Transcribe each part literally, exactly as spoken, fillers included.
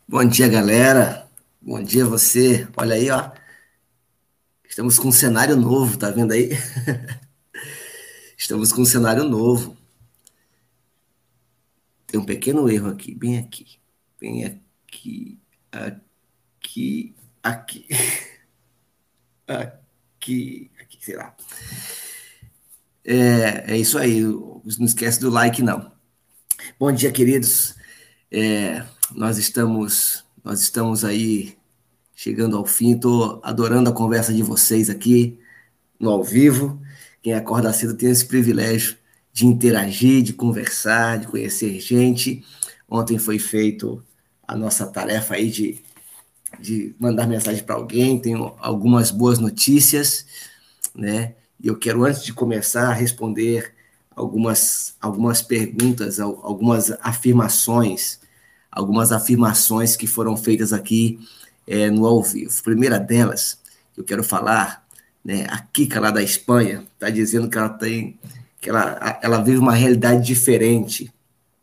Bom dia, galera. Bom dia, você. Olha aí, ó. Estamos com um cenário novo, tá vendo aí? Estamos com um cenário novo. Tem um pequeno erro aqui, bem aqui. Bem aqui, aqui, aqui, aqui, aqui, sei lá. É, é isso aí. Não esquece do like, não. Bom dia, queridos. É, nós estamos, nós estamos aí chegando ao fim. Estou adorando a conversa de vocês aqui no ao vivo. Quem acorda cedo tem esse privilégio de interagir, de conversar, de conhecer gente. Ontem foi feito a nossa tarefa aí de, de mandar mensagem para alguém. Tenho algumas boas notícias, né? E eu quero, antes de começar, responder algumas, algumas perguntas, algumas afirmações, algumas afirmações que foram feitas aqui é, no ao vivo. A primeira delas, que eu quero falar, né, a Kika lá da Espanha está dizendo que ela tem, que ela, ela vive uma realidade diferente.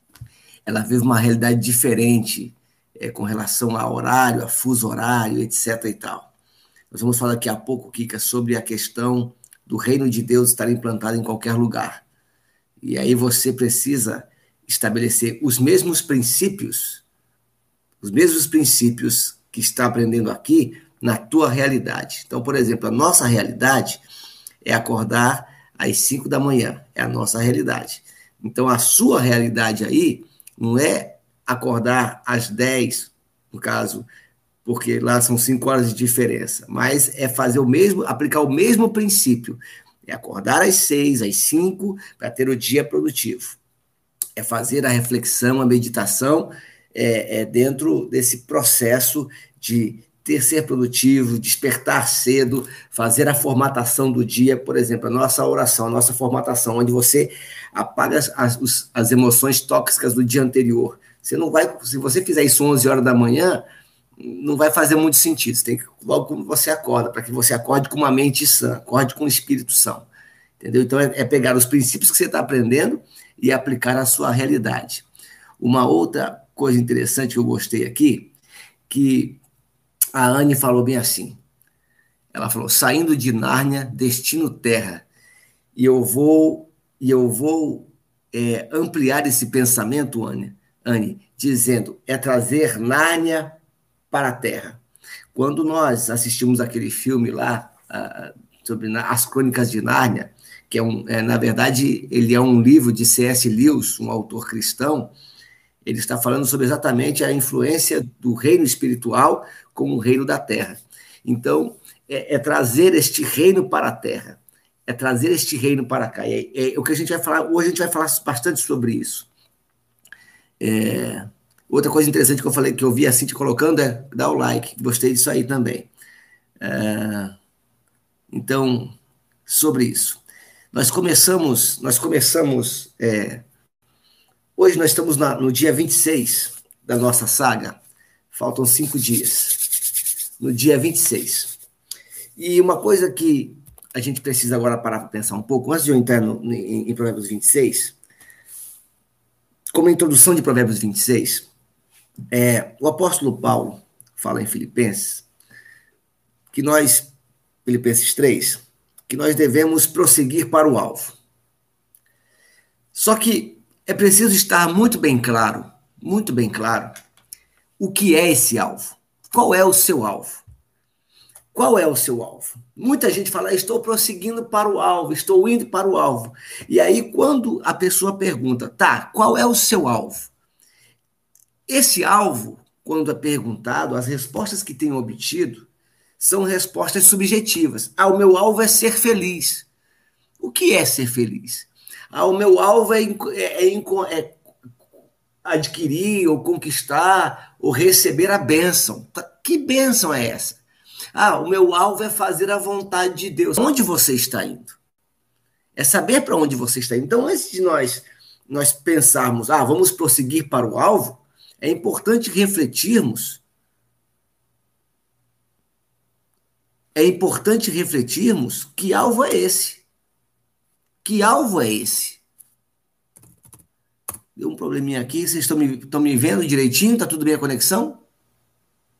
Ela vive uma realidade diferente é, com relação a horário, a fuso horário, etc e tal. Nós vamos falar daqui a pouco, Kika, sobre a questão do reino de Deus estar implantado em qualquer lugar. E aí você precisa estabelecer os mesmos princípios, os mesmos princípios que está aprendendo aqui na tua realidade. Então, por exemplo, a nossa realidade é acordar às cinco da manhã, é a nossa realidade. Então, a sua realidade aí não é acordar às dez, no caso, porque lá são cinco horas de diferença, mas é fazer o mesmo, aplicar o mesmo princípio. É acordar às seis, às cinco, para ter o dia produtivo. É fazer a reflexão, a meditação é, é dentro desse processo de ter ser produtivo, despertar cedo, fazer a formatação do dia, por exemplo, a nossa oração, a nossa formatação, onde você apaga as, as, as emoções tóxicas do dia anterior. Você não vai, se você fizer isso onze horas da manhã, não vai fazer muito sentido. Você tem que, logo quando você acorda, para que você acorde com uma mente sã, acorde com um espírito são. Entendeu? Então, é, é pegar os princípios que você está aprendendo e aplicar à sua realidade. Uma outra coisa interessante que eu gostei aqui, que a Anne falou bem assim. Ela falou: saindo de Nárnia, destino terra. E eu vou, e eu vou é, ampliar esse pensamento, Anne, Anne, dizendo: é trazer Nárnia para a terra. Quando nós assistimos aquele filme lá, uh, sobre as Crônicas de Nárnia, que é um, é, na verdade, ele é um livro de C S. Lewis, um autor cristão. Ele está falando sobre exatamente a influência do reino espiritual com o reino da terra. Então, é, é trazer este reino para a terra, é trazer este reino para cá. É, é, o que a gente vai falar hoje, a gente vai falar bastante sobre isso. É, outra coisa interessante que eu falei, que eu vi a Cintia colocando, é dar o like. Gostei disso aí também. É, então, sobre isso. Nós começamos, nós começamos. É, hoje nós estamos na, no dia vinte e seis da nossa saga. Faltam cinco dias. No dia vinte e seis. E uma coisa que a gente precisa agora parar para pensar um pouco, antes de eu entrar no, em, em Provérbios vinte e seis, como introdução de Provérbios vinte e seis, é, o apóstolo Paulo fala em Filipenses que nós, Filipenses três, que nós devemos prosseguir para o alvo. Só que é preciso estar muito bem claro, muito bem claro, o que é esse alvo. Qual é o seu alvo? Qual é o seu alvo? Muita gente fala: estou prosseguindo para o alvo, estou indo para o alvo. E aí, quando a pessoa pergunta: tá, qual é o seu alvo? Esse alvo, quando é perguntado, as respostas que tem obtido são respostas subjetivas. Ah, o meu alvo é ser feliz. O que é ser feliz? Ah, o meu alvo é, é, é, é adquirir ou conquistar ou receber a bênção. Que bênção é essa? Ah, o meu alvo é fazer a vontade de Deus. Onde você está indo? É saber para onde você está indo. Então, antes de nós, nós pensarmos, ah, vamos prosseguir para o alvo, é importante refletirmos, é importante refletirmos que alvo é esse? Que alvo é esse? Deu um probleminha aqui, vocês estão me, estão me vendo direitinho? Está tudo bem a conexão?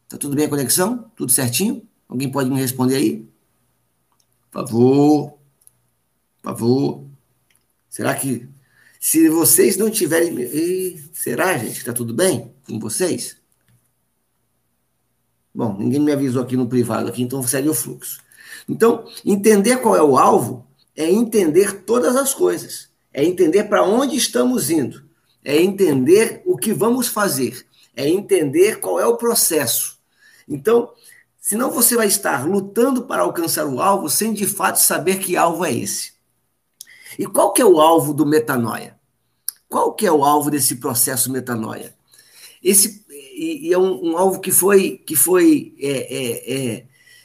Tá tudo bem a conexão? Tudo certinho? Alguém pode me responder aí? Por favor, por favor. Será que, se vocês não tiverem... Ih, será, gente, que tá tudo bem com vocês? Bom, ninguém me avisou aqui no privado, aqui, então segue o fluxo. Então, entender qual é o alvo é entender todas as coisas. É entender para onde estamos indo. É entender o que vamos fazer. É entender qual é o processo. Então, senão você vai estar lutando para alcançar o alvo sem de fato saber que alvo é esse. E qual que é o alvo do metanoia? Qual que é o alvo desse processo metanoia? Esse e, e é um, um alvo que foi, que foi é, é, é,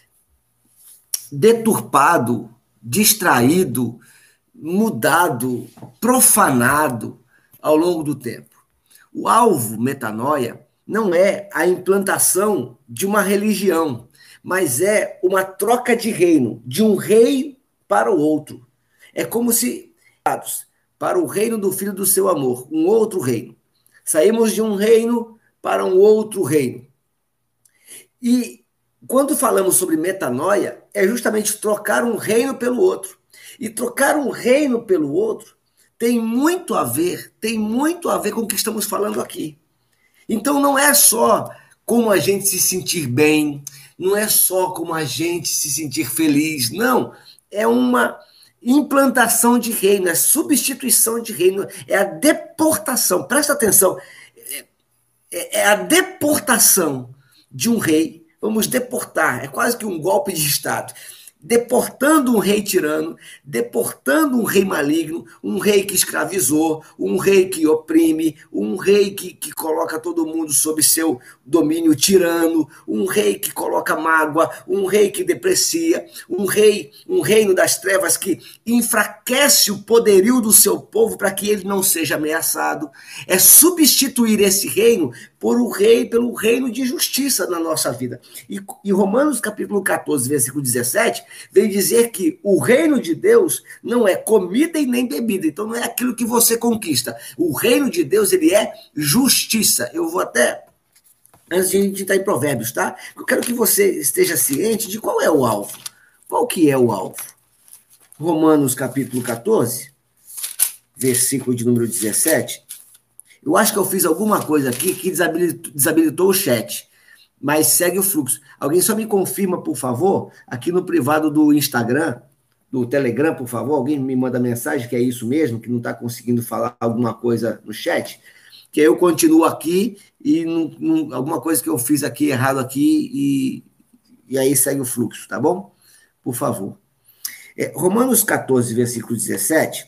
deturpado, distraído, mudado, profanado ao longo do tempo. O alvo metanoia não é a implantação de uma religião, mas é uma troca de reino, de um rei para o outro. É como se, para o reino do Filho do seu amor, um outro reino. Saímos de um reino para um outro reino. E quando falamos sobre metanoia, é justamente trocar um reino pelo outro. E trocar um reino pelo outro tem muito a ver, tem muito a ver com o que estamos falando aqui. Então não é só como a gente se sentir bem, não é só como a gente se sentir feliz, não. É uma implantação de reino, é substituição de reino, é a deportação. Presta atenção, é a deportação de um rei. Vamos deportar, é quase que um golpe de Estado. Deportando um rei tirano, deportando um rei maligno, um rei que escravizou, um rei que oprime, um rei que, que coloca todo mundo sob seu domínio tirano, um rei que coloca mágoa, um rei que deprecia, um rei, um reino das trevas que enfraquece o poderio do seu povo para que ele não seja ameaçado. É substituir esse reino por um rei, pelo reino de justiça na nossa vida. E, e Romanos capítulo catorze, versículo dezessete, vem dizer que o reino de Deus não é comida e nem bebida, então não é aquilo que você conquista. O reino de Deus, ele é justiça. Eu vou até, antes de a gente entrar em Provérbios, tá? Eu quero que você esteja ciente de qual é o alvo. Qual que é o alvo? Romanos capítulo catorze, versículo de número dezessete. Eu acho que eu fiz alguma coisa aqui que desabilitou, desabilitou o chat, mas segue o fluxo. Alguém só me confirma, por favor, aqui no privado do Instagram, do Telegram, por favor, alguém me manda mensagem que é isso mesmo, que não está conseguindo falar alguma coisa no chat, que aí eu continuo aqui e não, não, alguma coisa que eu fiz aqui errado aqui e, e aí segue o fluxo, tá bom? Por favor. É, Romanos catorze, versículo dezessete,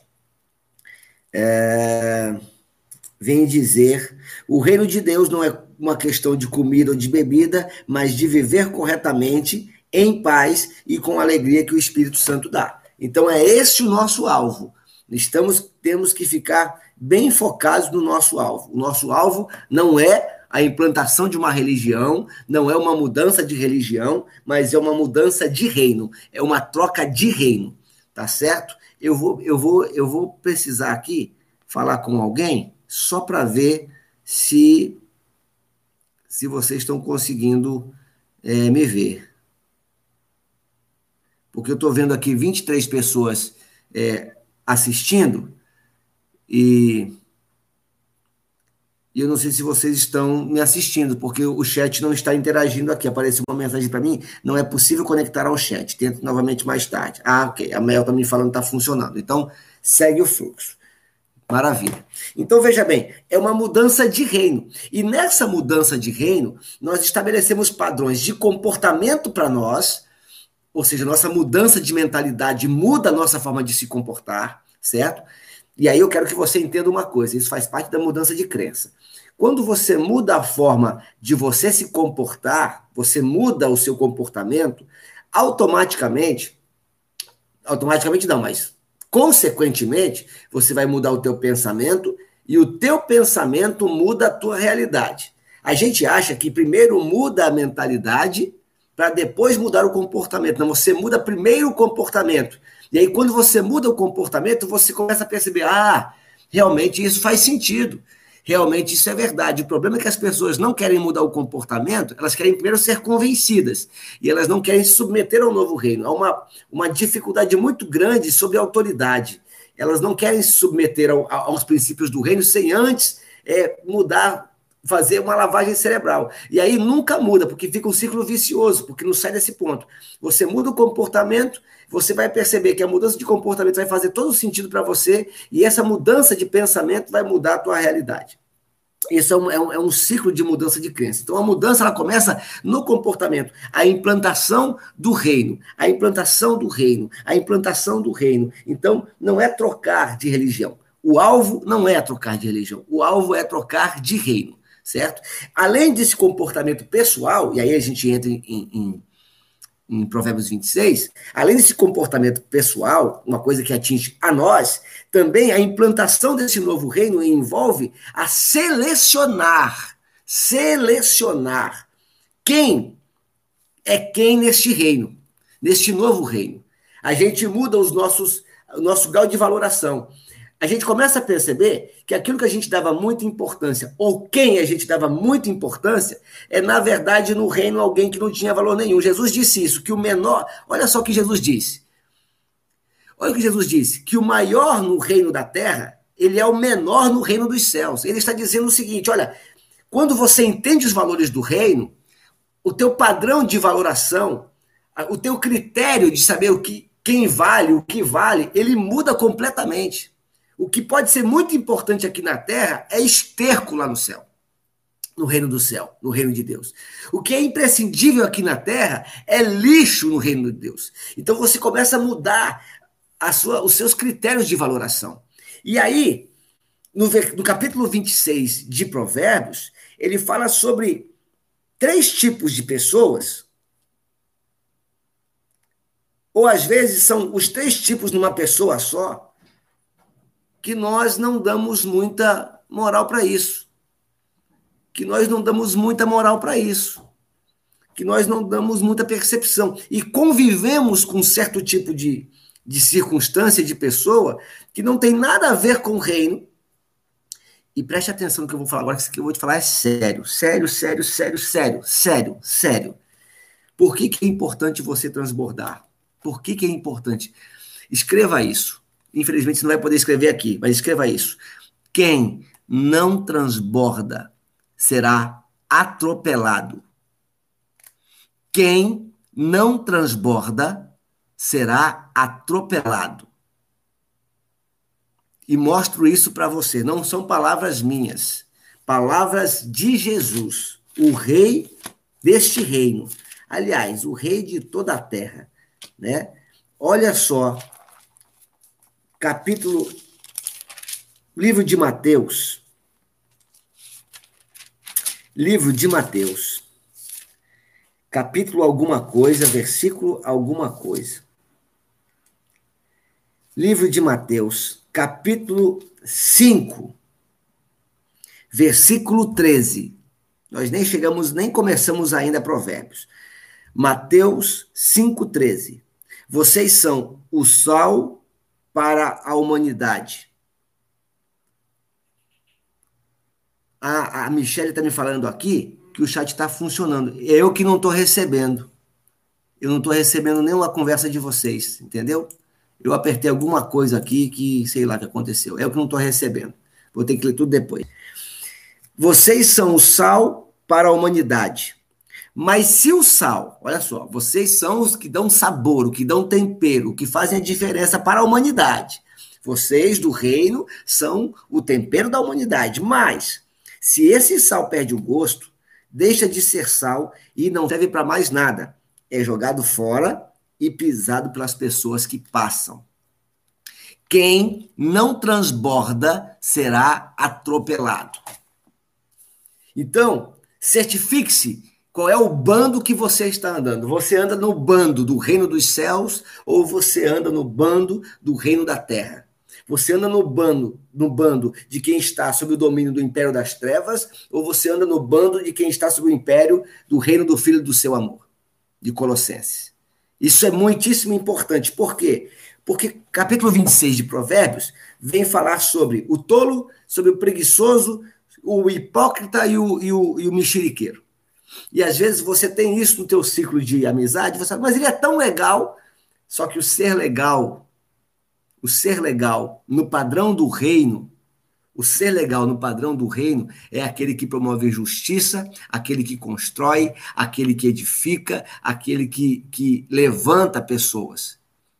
é... vem dizer, o reino de Deus não é uma questão de comida ou de bebida, mas de viver corretamente, em paz e com a alegria que o Espírito Santo dá. Então é esse o nosso alvo. Estamos, temos que ficar bem focados no nosso alvo. O nosso alvo não é a implantação de uma religião, não é uma mudança de religião, mas é uma mudança de reino, é uma troca de reino, tá certo? Eu vou, eu vou, eu vou precisar aqui falar com alguém só para ver se, se vocês estão conseguindo é, me ver. Porque eu estou vendo aqui vinte e três pessoas é, assistindo e, e eu não sei se vocês estão me assistindo, porque o chat não está interagindo aqui. Apareceu uma mensagem para mim, não é possível conectar ao chat. Tento novamente mais tarde. Ah, ok. A Mel está me falando que está funcionando. Então, segue o fluxo. Maravilha. Então, veja bem, é uma mudança de reino. E nessa mudança de reino, nós estabelecemos padrões de comportamento para nós, ou seja, nossa mudança de mentalidade muda a nossa forma de se comportar, certo? E aí eu quero que você entenda uma coisa, isso faz parte da mudança de crença. Quando você muda a forma de você se comportar, você muda o seu comportamento, automaticamente, automaticamente não, mas consequentemente, você vai mudar o teu pensamento e o teu pensamento muda a tua realidade. A gente acha que primeiro muda a mentalidade para depois mudar o comportamento. Não, você muda primeiro o comportamento. E aí, quando você muda o comportamento, você começa a perceber, ah, realmente isso faz sentido. Realmente isso é verdade. O problema é que as pessoas não querem mudar o comportamento, elas querem primeiro ser convencidas, e elas não querem se submeter ao novo reino. Há uma, uma dificuldade muito grande sobre a autoridade. Elas não querem se submeter ao, aos princípios do reino sem antes é, mudar, fazer uma lavagem cerebral. E aí nunca muda, porque fica um ciclo vicioso, porque não sai desse ponto. Você muda o comportamento, você vai perceber que a mudança de comportamento vai fazer todo sentido para você, e essa mudança de pensamento vai mudar a tua realidade. Isso é um, é, um, é um ciclo de mudança de crença. Então, a mudança ela começa no comportamento. A implantação do reino. A implantação do reino. A implantação do reino. Então, não é trocar de religião. O alvo não é trocar de religião. O alvo é trocar de reino. Certo? Além desse comportamento pessoal, e aí a gente entra em, em, em Provérbios vinte e seis, além desse comportamento pessoal, uma coisa que atinge a nós, também a implantação desse novo reino envolve a selecionar, selecionar quem é quem neste reino, neste novo reino. A gente muda os nossos, o nosso grau de valoração. A gente começa a perceber que aquilo que a gente dava muita importância, ou quem a gente dava muita importância, é, na verdade, no reino alguém que não tinha valor nenhum. Jesus disse isso, que o menor... Olha só o que Jesus disse. Olha o que Jesus disse, que o maior no reino da terra, ele é o menor no reino dos céus. Ele está dizendo o seguinte, olha, quando você entende os valores do reino, o teu padrão de valoração, o teu critério de saber o que, quem vale, o que vale, ele muda completamente. O que pode ser muito importante aqui na terra é esterco lá no céu, no reino do céu, no reino de Deus. O que é imprescindível aqui na terra é lixo no reino de Deus. Então você começa a mudar a sua, os seus critérios de valoração. E aí, no, no capítulo vinte e seis de Provérbios, ele fala sobre três tipos de pessoas, ou às vezes são os três tipos numa pessoa só, que nós não damos muita moral para isso. Que nós não damos muita moral para isso. Que nós não damos muita percepção. E convivemos com um certo tipo de, de circunstância, de pessoa, que não tem nada a ver com o reino. E preste atenção no que eu vou falar agora, que isso que eu vou te falar é sério. Sério, sério, sério, sério, sério, sério. Por que, que é importante você transbordar? Por que, que é importante? Escreva isso. Infelizmente, você não vai poder escrever aqui, mas escreva isso. Quem não transborda será atropelado. Quem não transborda será atropelado. E mostro isso para você. Não são palavras minhas, palavras de Jesus, o rei deste reino. Aliás, o rei de toda a terra, né? Olha só. Capítulo, livro de Mateus, livro de Mateus, capítulo alguma coisa, versículo alguma coisa. Livro de Mateus, capítulo cinco, versículo treze. Nós nem chegamos, nem começamos ainda Provérbios. Mateus cinco, treze. Vocês são o sal para a humanidade. A, a Michelle está me falando aqui que o chat está funcionando. É eu que não estou recebendo. Eu não estou recebendo nenhuma conversa de vocês, entendeu? Eu apertei alguma coisa aqui que sei lá o que aconteceu. É eu que não estou recebendo. Vou ter que ler tudo depois. Vocês são o sal para a humanidade. Mas se o sal, olha só, vocês são os que dão sabor, o que dão tempero, o que fazem a diferença para a humanidade. Vocês do reino são o tempero da humanidade. Mas, se esse sal perde o gosto, deixa de ser sal e não serve para mais nada. É jogado fora e pisado pelas pessoas que passam. Quem não transborda será atropelado. Então, certifique-se qual é o bando que você está andando. Você anda no bando do reino dos céus ou você anda no bando do reino da terra? Você anda no bando, no bando de quem está sob o domínio do império das trevas ou você anda no bando de quem está sob o império do reino do Filho do seu amor? De Colossenses. Isso é muitíssimo importante. Por quê? Porque capítulo vinte e seis de Provérbios vem falar sobre o tolo, sobre o preguiçoso, o hipócrita e o, e, o, e o mexeriqueiro. E às vezes você tem isso no teu ciclo de amizade, você fala, mas ele é tão legal, só que o ser legal, o ser legal no padrão do reino, o ser legal no padrão do reino é aquele que promove justiça, aquele que constrói, aquele que edifica, aquele que, que levanta pessoas.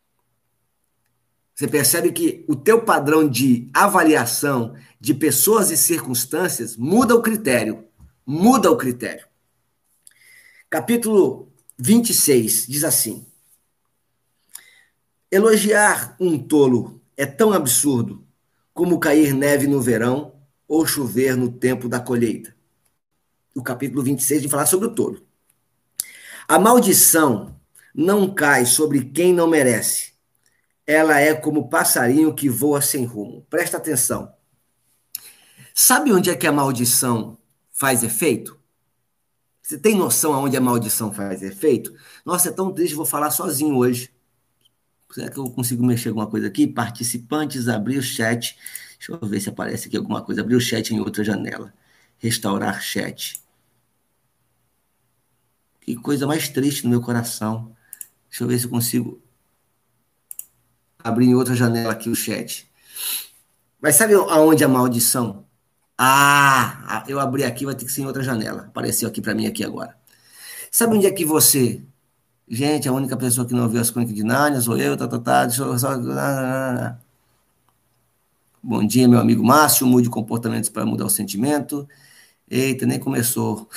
Você percebe que o teu padrão de avaliação de pessoas e circunstâncias muda o critério. Muda o critério. Capítulo vinte e seis diz assim: elogiar um tolo é tão absurdo como cair neve no verão ou chover no tempo da colheita. O capítulo vinte e seis vai falar sobre o tolo. A maldição não cai sobre quem não merece. Ela é como passarinho que voa sem rumo. Presta atenção. Sabe onde é que a maldição faz efeito? Você tem noção aonde a maldição faz efeito? Nossa, é tão triste, vou falar sozinho hoje. Será que eu consigo mexer alguma coisa aqui? Participantes, abrir o chat. Deixa eu ver se aparece aqui alguma coisa. Abrir o chat em outra janela. Restaurar chat. Que coisa mais triste no meu coração. Deixa eu ver se eu consigo abrir em outra janela aqui o chat. Mas sabe aonde a maldição? Ah, eu abri aqui, vai ter que ser em outra janela. Apareceu aqui para mim aqui agora. Sabe onde é que você... Gente, a única pessoa que não viu as Crônicas de Nárnia sou eu, tá, tá, tá, deixa eu só... Bom dia, meu amigo Márcio, mude comportamentos para mudar o sentimento. Eita, nem começou.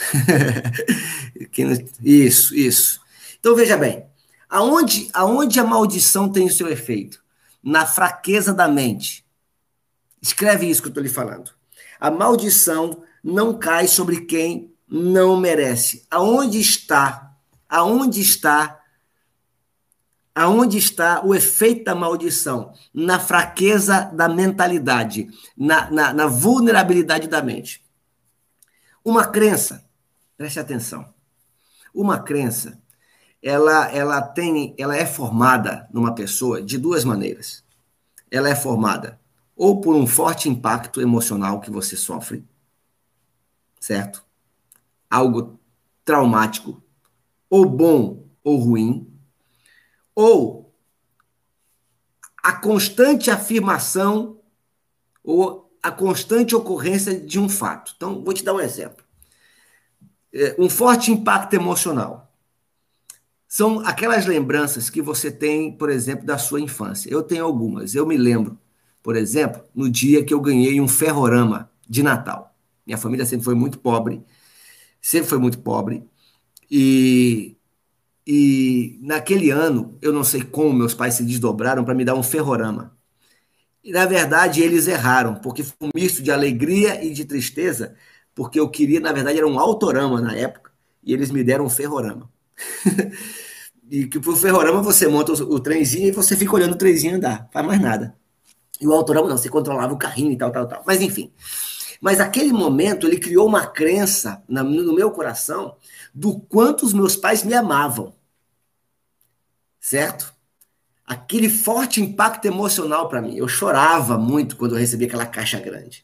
Isso, isso. Então, veja bem, aonde, aonde a maldição tem o seu efeito? Na fraqueza da mente. Escreve isso que eu estou lhe falando. A maldição não cai sobre quem não merece. Aonde está, aonde está, aonde está o efeito da maldição? Na fraqueza da mentalidade, na, na, na vulnerabilidade da mente. Uma crença, preste atenção, uma crença, ela, ela, tem, ela é formada numa pessoa de duas maneiras. Ela é formada ou por um forte impacto emocional que você sofre, certo? Algo traumático, ou bom ou ruim, ou a constante afirmação ou a constante ocorrência de um fato. Então, vou te dar um exemplo. Um forte impacto emocional. São aquelas lembranças que você tem, por exemplo, da sua infância. Eu tenho algumas. Eu me lembro, por exemplo, no dia que eu ganhei um ferrorama de Natal. Minha família sempre foi muito pobre, sempre foi muito pobre. E, e naquele ano, eu não sei como meus pais se desdobraram para me dar um ferrorama. E, na verdade, eles erraram, porque foi um misto de alegria e de tristeza, porque eu queria, na verdade, era um autorama na época, e eles me deram um ferrorama. E que pro ferrorama você monta o, o trenzinho e você fica olhando o trenzinho andar, faz mais nada. E o autorama não, você controlava o carrinho e tal, tal, tal. Mas enfim. Mas aquele momento ele criou uma crença na, no meu coração do quanto os meus pais me amavam. Certo? Aquele forte impacto emocional para mim. Eu chorava muito quando eu recebia aquela caixa grande.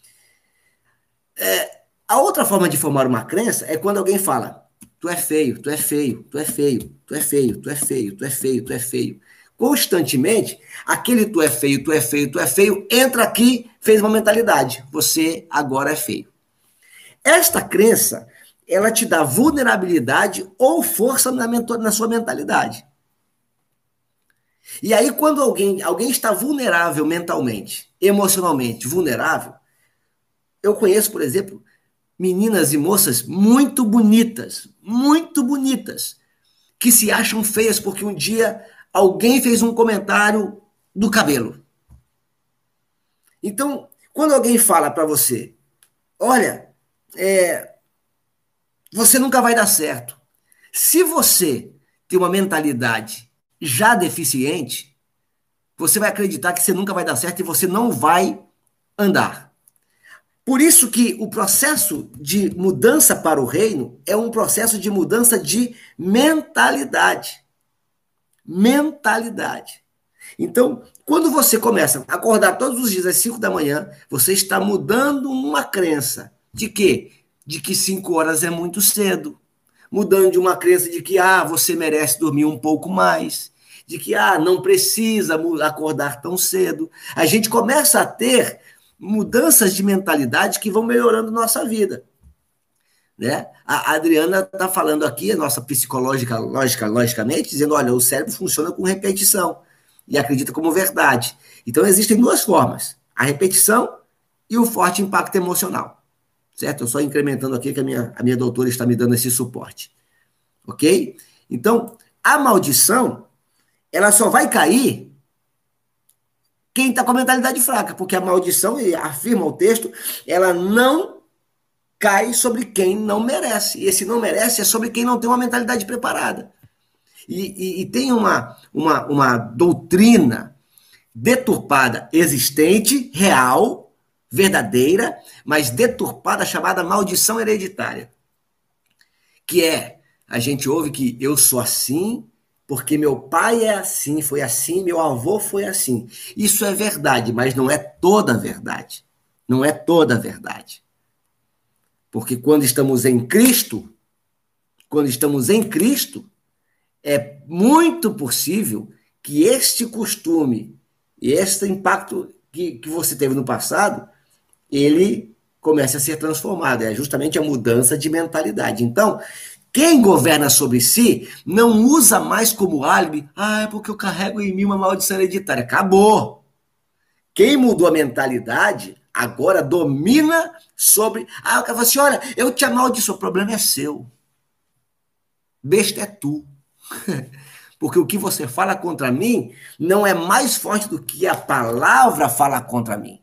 É, a outra forma de formar uma crença é quando alguém fala: tu é feio, tu é feio, tu é feio, tu é feio, tu é feio, tu é feio, tu é feio. Constantemente, aquele tu é feio, tu é feio, tu é feio, entra aqui, fez uma mentalidade. Você agora é feio. Esta crença, ela te dá vulnerabilidade ou força na, na sua mentalidade. E aí, quando alguém, alguém está vulnerável mentalmente, emocionalmente vulnerável, eu conheço, por exemplo, meninas e moças muito bonitas, muito bonitas, que se acham feias porque um dia alguém fez um comentário do cabelo. Então, quando alguém fala para você, olha, é, você nunca vai dar certo. Se você tem uma mentalidade já deficiente, você vai acreditar que você nunca vai dar certo e você não vai andar. Por isso que o processo de mudança para o reino é um processo de mudança de mentalidade. Mentalidade. Então, quando você começa a acordar todos os dias às cinco da manhã, você está mudando uma crença. De quê? De que cinco horas é muito cedo. Mudando de uma crença de que, ah, você merece dormir um pouco mais. De que, ah, não precisa acordar tão cedo. A gente começa a ter mudanças de mentalidade que vão melhorando nossa vida. Né? A Adriana está falando aqui, a nossa psicológica, lógica, logicamente, dizendo, olha, o cérebro funciona com repetição e acredita como verdade. Então, existem duas formas, a repetição e o forte impacto emocional. Certo? Eu só incrementando aqui que a minha, a minha doutora está me dando esse suporte. Ok? Então, a maldição, ela só vai cair quem está com a mentalidade fraca, porque a maldição, afirma o texto, ela não cai sobre quem não merece. E esse não merece é sobre quem não tem uma mentalidade preparada. E, e, e tem uma, uma, uma doutrina deturpada, existente, real, verdadeira, mas deturpada, chamada maldição hereditária. Que é, a gente ouve que eu sou assim, porque meu pai é assim, foi assim, meu avô foi assim. Isso é verdade, mas não é toda a verdade. Não é toda a verdade. Porque quando estamos em Cristo, quando estamos em Cristo, é muito possível que este costume e este impacto que, que você teve no passado, ele comece a ser transformado. É justamente a mudança de mentalidade. Então, quem governa sobre si não usa mais como álibi, ah, é porque eu carrego em mim uma maldição hereditária. Acabou. Quem mudou a mentalidade agora domina sobre... Ah, eu falo assim, olha, eu te amaldiçoo, o problema é seu. Besta é tu. Porque o que você fala contra mim não é mais forte do que a palavra fala contra mim.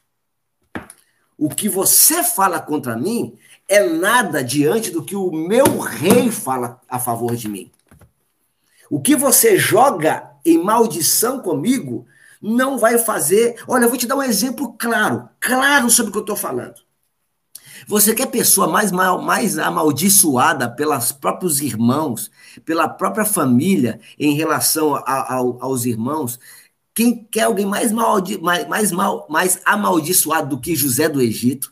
O que você fala contra mim é nada diante do que o meu rei fala a favor de mim. O que você joga em maldição comigo não vai fazer... Olha, eu vou te dar um exemplo claro, claro sobre o que eu estou falando. Você quer pessoa mais, mal, mais amaldiçoada pelos próprios irmãos, pela própria família em relação a, a, aos irmãos? Quem quer alguém mais, maldi, mais, mais, mal, mais amaldiçoado do que José do Egito?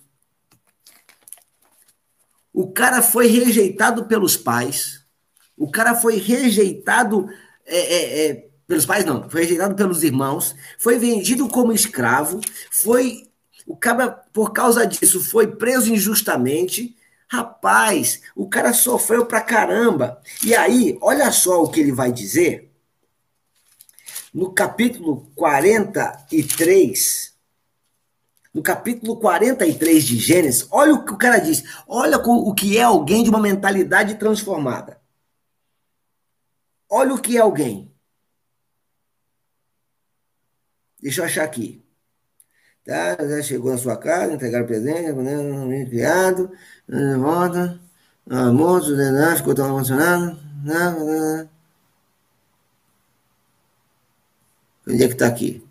O cara foi rejeitado pelos pais, o cara foi rejeitado é, é, é, pelos pais, não, foi rejeitado pelos irmãos, foi vendido como escravo, foi... O cara, por causa disso, foi preso injustamente. Rapaz, o cara sofreu pra caramba. E aí, olha só o que ele vai dizer. No capítulo quarenta e três, no capítulo quarenta e três de Gênesis, olha o que o cara diz. Olha o que é alguém de uma mentalidade transformada. Olha o que é alguém. Deixa eu achar aqui. Tá, já chegou na sua casa, entregaram presente, né, criado, volta, morto, né, ficou tão emocionado. Né, onde é que tá aqui?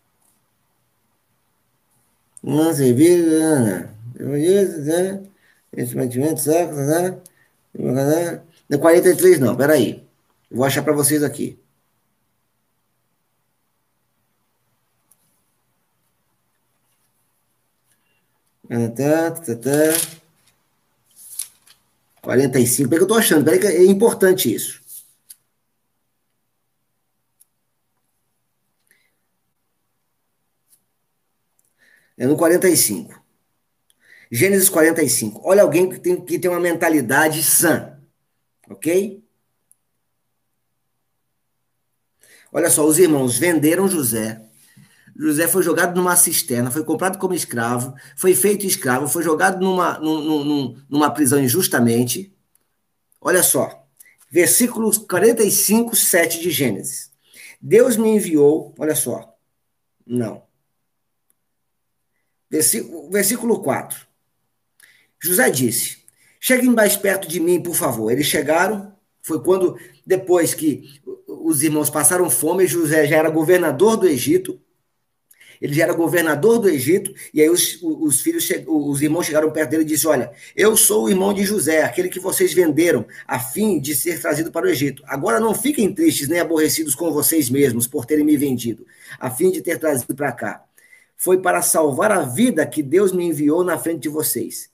Não servir, né? né? Esse mantimento, saco, né? Não é quarenta e três, não, peraí. Eu vou achar para vocês aqui. Tá, tá, tá. quarenta e cinco, peraí que eu tô achando, peraí que é importante isso. É no quarenta e cinco. Gênesis quarenta e cinco. Olha alguém que tem, que tem uma mentalidade sã, ok? Olha só, os irmãos venderam José. José foi jogado numa cisterna, foi comprado como escravo, foi feito escravo, foi jogado numa, num, numa prisão injustamente. Olha só, versículos quarenta e cinco, sete de Gênesis. Deus me enviou, olha só, não. Versículo, versículo quatro. José disse, cheguem mais perto de mim, por favor. Eles chegaram, foi quando, depois que os irmãos passaram fome, José já era governador do Egito. Ele já era governador do Egito, e aí os, os filhos, os irmãos chegaram perto dele e disseram: olha, eu sou o irmão de José, aquele que vocês venderam, a fim de ser trazido para o Egito. Agora não fiquem tristes nem aborrecidos com vocês mesmos por terem me vendido, a fim de ter trazido para cá. Foi para salvar a vida que Deus me enviou na frente de vocês.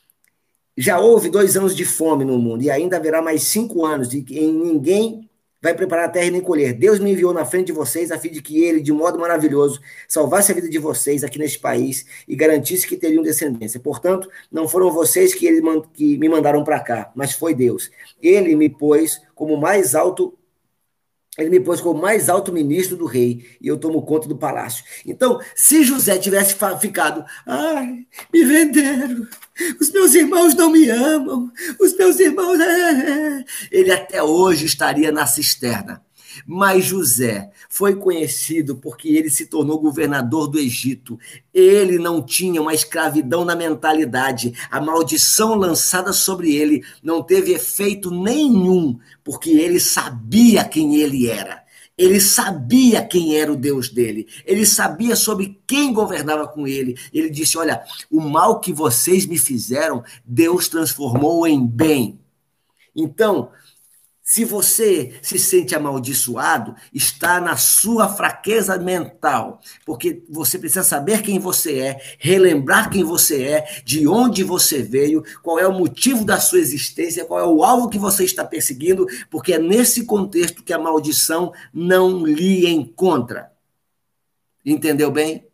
Já houve dois anos de fome no mundo, e ainda haverá mais cinco anos de que ninguém vai preparar a terra e nem colher. Deus me enviou na frente de vocês a fim de que ele, de modo maravilhoso, salvasse a vida de vocês aqui neste país e garantisse que teriam descendência. Portanto, não foram vocês que, ele, que me mandaram para cá, mas foi Deus. Ele me pôs como mais alto Ele me pôs como mais alto ministro do rei, e eu tomo conta do palácio. Então, se José tivesse ficado, ai, me venderam, os meus irmãos não me amam, os meus irmãos... É... ele até hoje estaria na cisterna. Mas José foi conhecido porque ele se tornou governador do Egito. Ele não tinha uma escravidão na mentalidade. A maldição lançada sobre ele não teve efeito nenhum, porque ele sabia quem ele era. Ele sabia quem era o Deus dele. Ele sabia sobre quem governava com ele. Ele disse: olha, o mal que vocês me fizeram, Deus transformou em bem. Então, se você se sente amaldiçoado, está na sua fraqueza mental, porque você precisa saber quem você é, relembrar quem você é, de onde você veio, qual é o motivo da sua existência, qual é o alvo que você está perseguindo, porque é nesse contexto que a maldição não lhe encontra. Entendeu bem?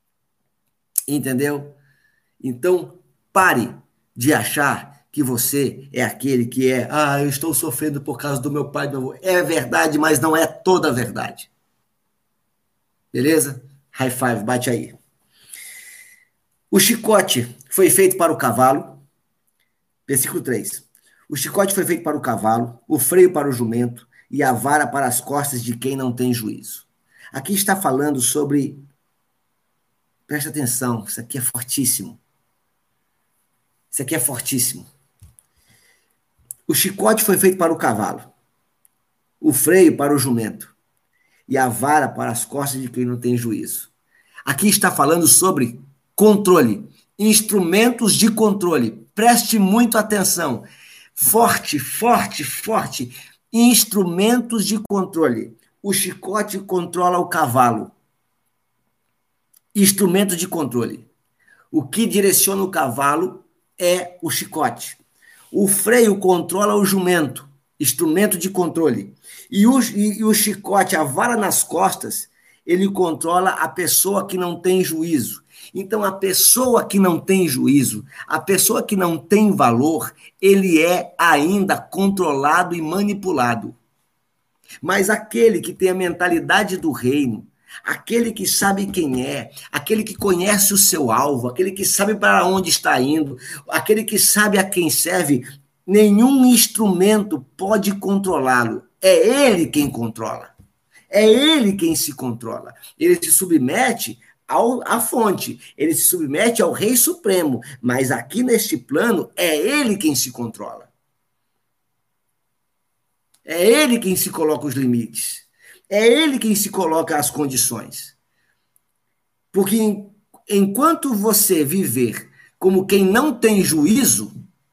Entendeu? Então, pare de achar que você é aquele que é, ah, eu estou sofrendo por causa do meu pai e do meu avô. É verdade, mas não é toda a verdade. Beleza? High five, bate aí. O chicote foi feito para o cavalo. Versículo três. O chicote foi feito para o cavalo, o freio para o jumento e a vara para as costas de quem não tem juízo. Aqui está falando sobre... Presta atenção, isso aqui é fortíssimo. Isso aqui é fortíssimo. O chicote foi feito para o cavalo, o freio para o jumento e a vara para as costas de quem não tem juízo. Aqui está falando sobre controle, instrumentos de controle. Preste muito atenção. Forte, forte, forte. Instrumentos de controle. O chicote controla o cavalo. Instrumento de controle. O que direciona o cavalo é o chicote. O freio controla o jumento, instrumento de controle. E o, e, e o chicote, a vara nas costas, ele controla a pessoa que não tem juízo. Então, a pessoa que não tem juízo, a pessoa que não tem valor, ele é ainda controlado e manipulado. Mas aquele que tem a mentalidade do reino, aquele que sabe quem é, aquele que conhece o seu alvo, aquele que sabe para onde está indo, aquele que sabe a quem serve, nenhum instrumento pode controlá-lo. É ele quem controla. É ele quem se controla. Ele se submete ao, à fonte, ele se submete ao Rei Supremo, mas aqui neste plano é ele quem se controla. É ele quem se coloca os limites. É ele quem se coloca as condições. Porque enquanto você viver como quem não tem juízo,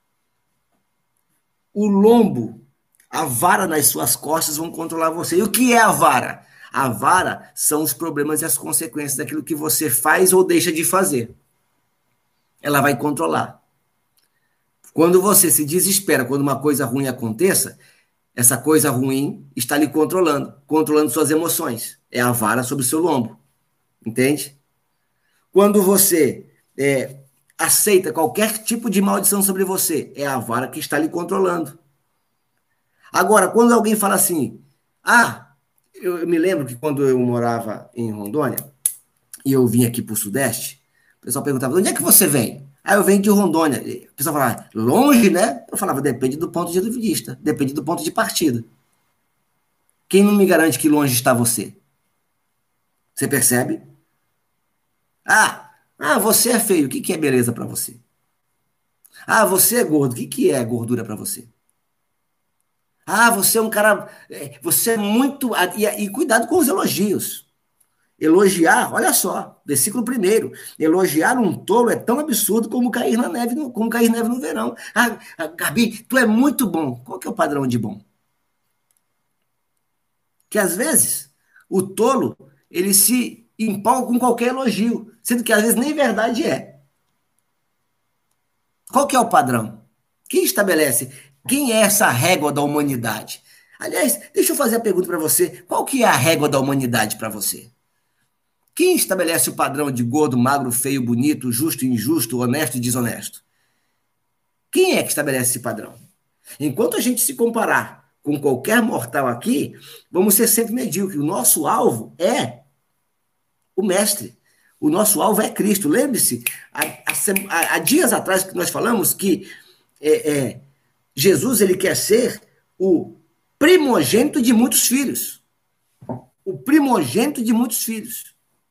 o lombo, a vara nas suas costas vão controlar você. E o que é a vara? A vara são os problemas e as consequências daquilo que você faz ou deixa de fazer. Ela vai controlar. Quando você se desespera, quando uma coisa ruim aconteça, essa coisa ruim está lhe controlando, controlando suas emoções. É a vara sobre o seu lombo. Entende? Quando você é, aceita qualquer tipo de maldição sobre você, é a vara que está lhe controlando. Agora, quando alguém fala assim, ah, eu, eu me lembro que quando eu morava em Rondônia, e eu vim aqui para o Sudeste, o pessoal perguntava, de onde é que você vem? Aí eu venho de Rondônia. O pessoal falava, longe, né? Eu falava, depende do ponto de vista, depende do ponto de partida. Quem não me garante que longe está você? Você percebe? Ah, ah você é feio, o que é beleza para você? Ah, você é gordo, o que é gordura para você? Ah, você é um cara... Você é muito... E, e cuidado com os elogios. Elogiar, olha só, versículo primeiro. Elogiar um tolo é tão absurdo como cair na neve, no, como cair neve no verão. Ah, ah, Gabi, tu é muito bom. Qual que é o padrão de bom? Que às vezes o tolo, ele se empolga com qualquer elogio, sendo que às vezes nem verdade é. Qual que é o padrão? Quem estabelece? Quem é essa régua da humanidade? Aliás, deixa eu fazer a pergunta para você. Qual que é a régua da humanidade para você? Quem estabelece o padrão de gordo, magro, feio, bonito, justo, injusto, honesto e desonesto? Quem é que estabelece esse padrão? Enquanto a gente se comparar com qualquer mortal aqui, vamos ser sempre medíocres. O nosso alvo é o mestre. O nosso alvo é Cristo. Lembre-se, há, há, há dias atrás que nós falamos que é, é, Jesus ele quer ser o primogênito de muitos filhos. O primogênito de muitos filhos.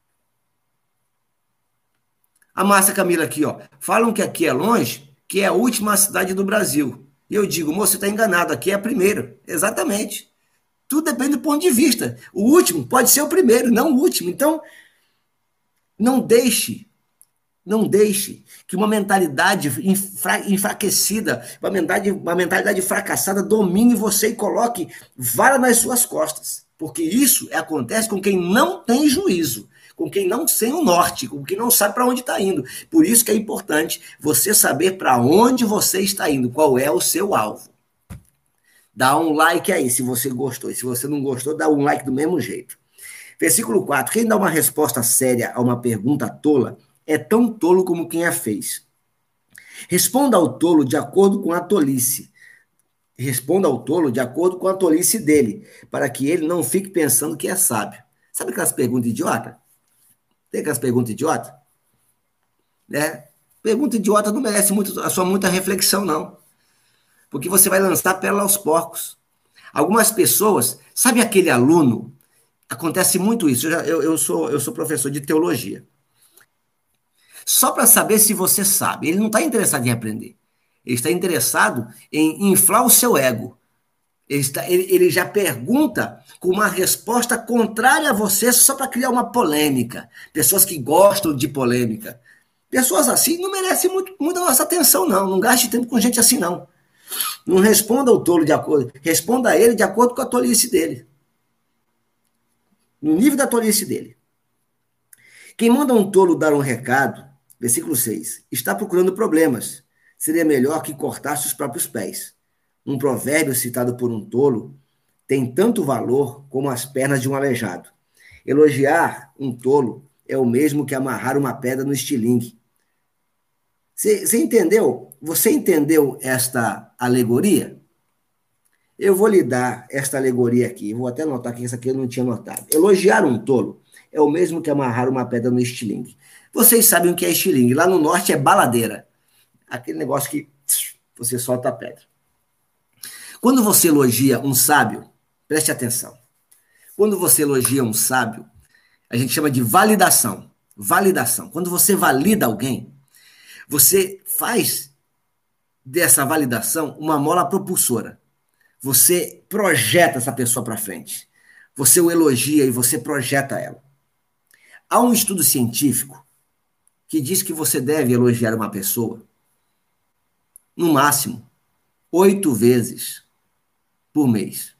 A Márcia Camila aqui, ó. Falam que aqui é longe, que é a última cidade do Brasil. E eu digo, moço, você está enganado, aqui é a primeira. Exatamente. Tudo depende do ponto de vista. O último pode ser o primeiro, não o último. Então, não deixe, não deixe que uma mentalidade enfra, enfraquecida, uma mentalidade, uma mentalidade fracassada domine você e coloque vara nas suas costas. Porque isso acontece com quem não tem juízo, com quem não tem o norte, com quem não sabe para onde está indo. Por isso que é importante você saber para onde você está indo, qual é o seu alvo. Dá um like aí se você gostou. E se você não gostou, dá um like do mesmo jeito. Versículo quatro. Quem dá uma resposta séria a uma pergunta tola é tão tolo como quem a fez. Responda ao tolo de acordo com a tolice. Responda ao tolo de acordo com a tolice dele, para que ele não fique pensando que é sábio. Sabe aquelas perguntas idiota? Tem aquelas perguntas idiota? Né? Pergunta idiota não merece muito, a sua muita reflexão, não. Porque você vai lançar pérola aos porcos. Algumas pessoas, sabe aquele aluno? Acontece muito isso. Eu, já, eu, eu, sou, eu sou professor de teologia. Só para saber se você sabe. Ele não está interessado em aprender. Ele está interessado em inflar o seu ego. Ele, está, ele, ele já pergunta com uma resposta contrária a você só para criar uma polêmica. Pessoas que gostam de polêmica. Pessoas assim não merecem muito, muita nossa atenção, não. Não gaste tempo com gente assim, não. Não responda ao tolo de acordo. Responda a ele de acordo com a tolice dele. No nível da tolice dele. Quem manda um tolo dar um recado, versículo seis, está procurando problemas. Seria melhor que cortasse os próprios pés. Um provérbio citado por um tolo tem tanto valor como as pernas de um aleijado. Elogiar um tolo é o mesmo que amarrar uma pedra no estilingue. Você entendeu? Você entendeu esta alegoria? Eu vou lhe dar esta alegoria aqui. Vou até anotar que essa aqui eu não tinha notado. Elogiar um tolo é o mesmo que amarrar uma pedra no estilingue. Vocês sabem o que é estilingue. Lá no norte é baladeira. Aquele negócio que você solta a pedra. Quando você elogia um sábio, preste atenção. Quando você elogia um sábio, a gente chama de validação. Validação. Quando você valida alguém, você faz dessa validação uma mola propulsora. Você projeta essa pessoa para frente. Você o elogia e você projeta ela. Há um estudo científico que diz que você deve elogiar uma pessoa no máximo oito vezes por mês.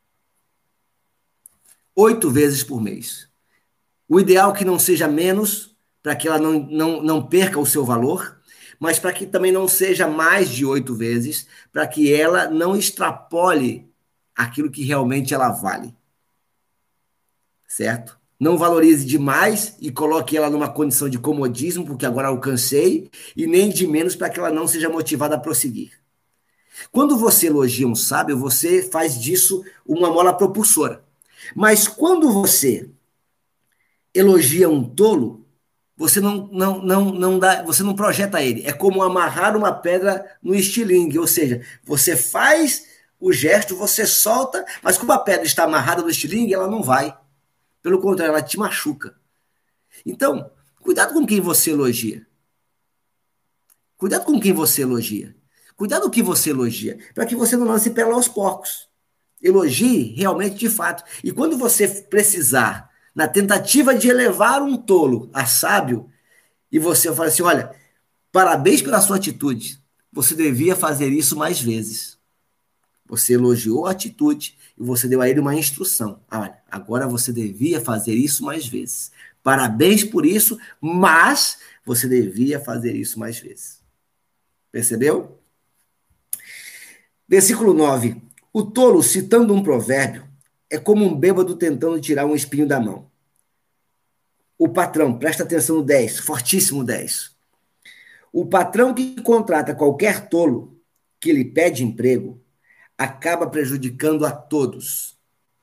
Oito vezes por mês. O ideal é que não seja menos, para que ela não, não, não perca o seu valor, mas para que também não seja mais de oito vezes, para que ela não extrapole aquilo que realmente ela vale. Certo? Não valorize demais e coloque ela numa condição de comodismo, porque agora alcancei, e nem de menos para que ela não seja motivada a prosseguir. Quando você elogia um sábio, você faz disso uma mola propulsora. Mas quando você elogia um tolo, você não, não, não, não, dá, você não projeta ele. É como amarrar uma pedra no estilingue, ou seja, você faz o gesto, você solta, mas como a pedra está amarrada no estilingue, ela não vai. Pelo contrário, ela te machuca. Então, cuidado com quem você elogia. Cuidado com quem você elogia. Cuidado com o que você elogia, para que você não lance pérola aos porcos. Elogie realmente de fato. E quando você precisar na tentativa de elevar um tolo a sábio, e você fala assim, olha, parabéns pela sua atitude, você devia fazer isso mais vezes. Você elogiou a atitude e você deu a ele uma instrução. Olha, agora você devia fazer isso mais vezes. Parabéns por isso, mas você devia fazer isso mais vezes. Percebeu? Versículo nove. O tolo, citando um provérbio, é como um bêbado tentando tirar um espinho da mão. O patrão, presta atenção no dez, fortíssimo dez. O patrão que contrata qualquer tolo que lhe pede emprego acaba prejudicando a todos.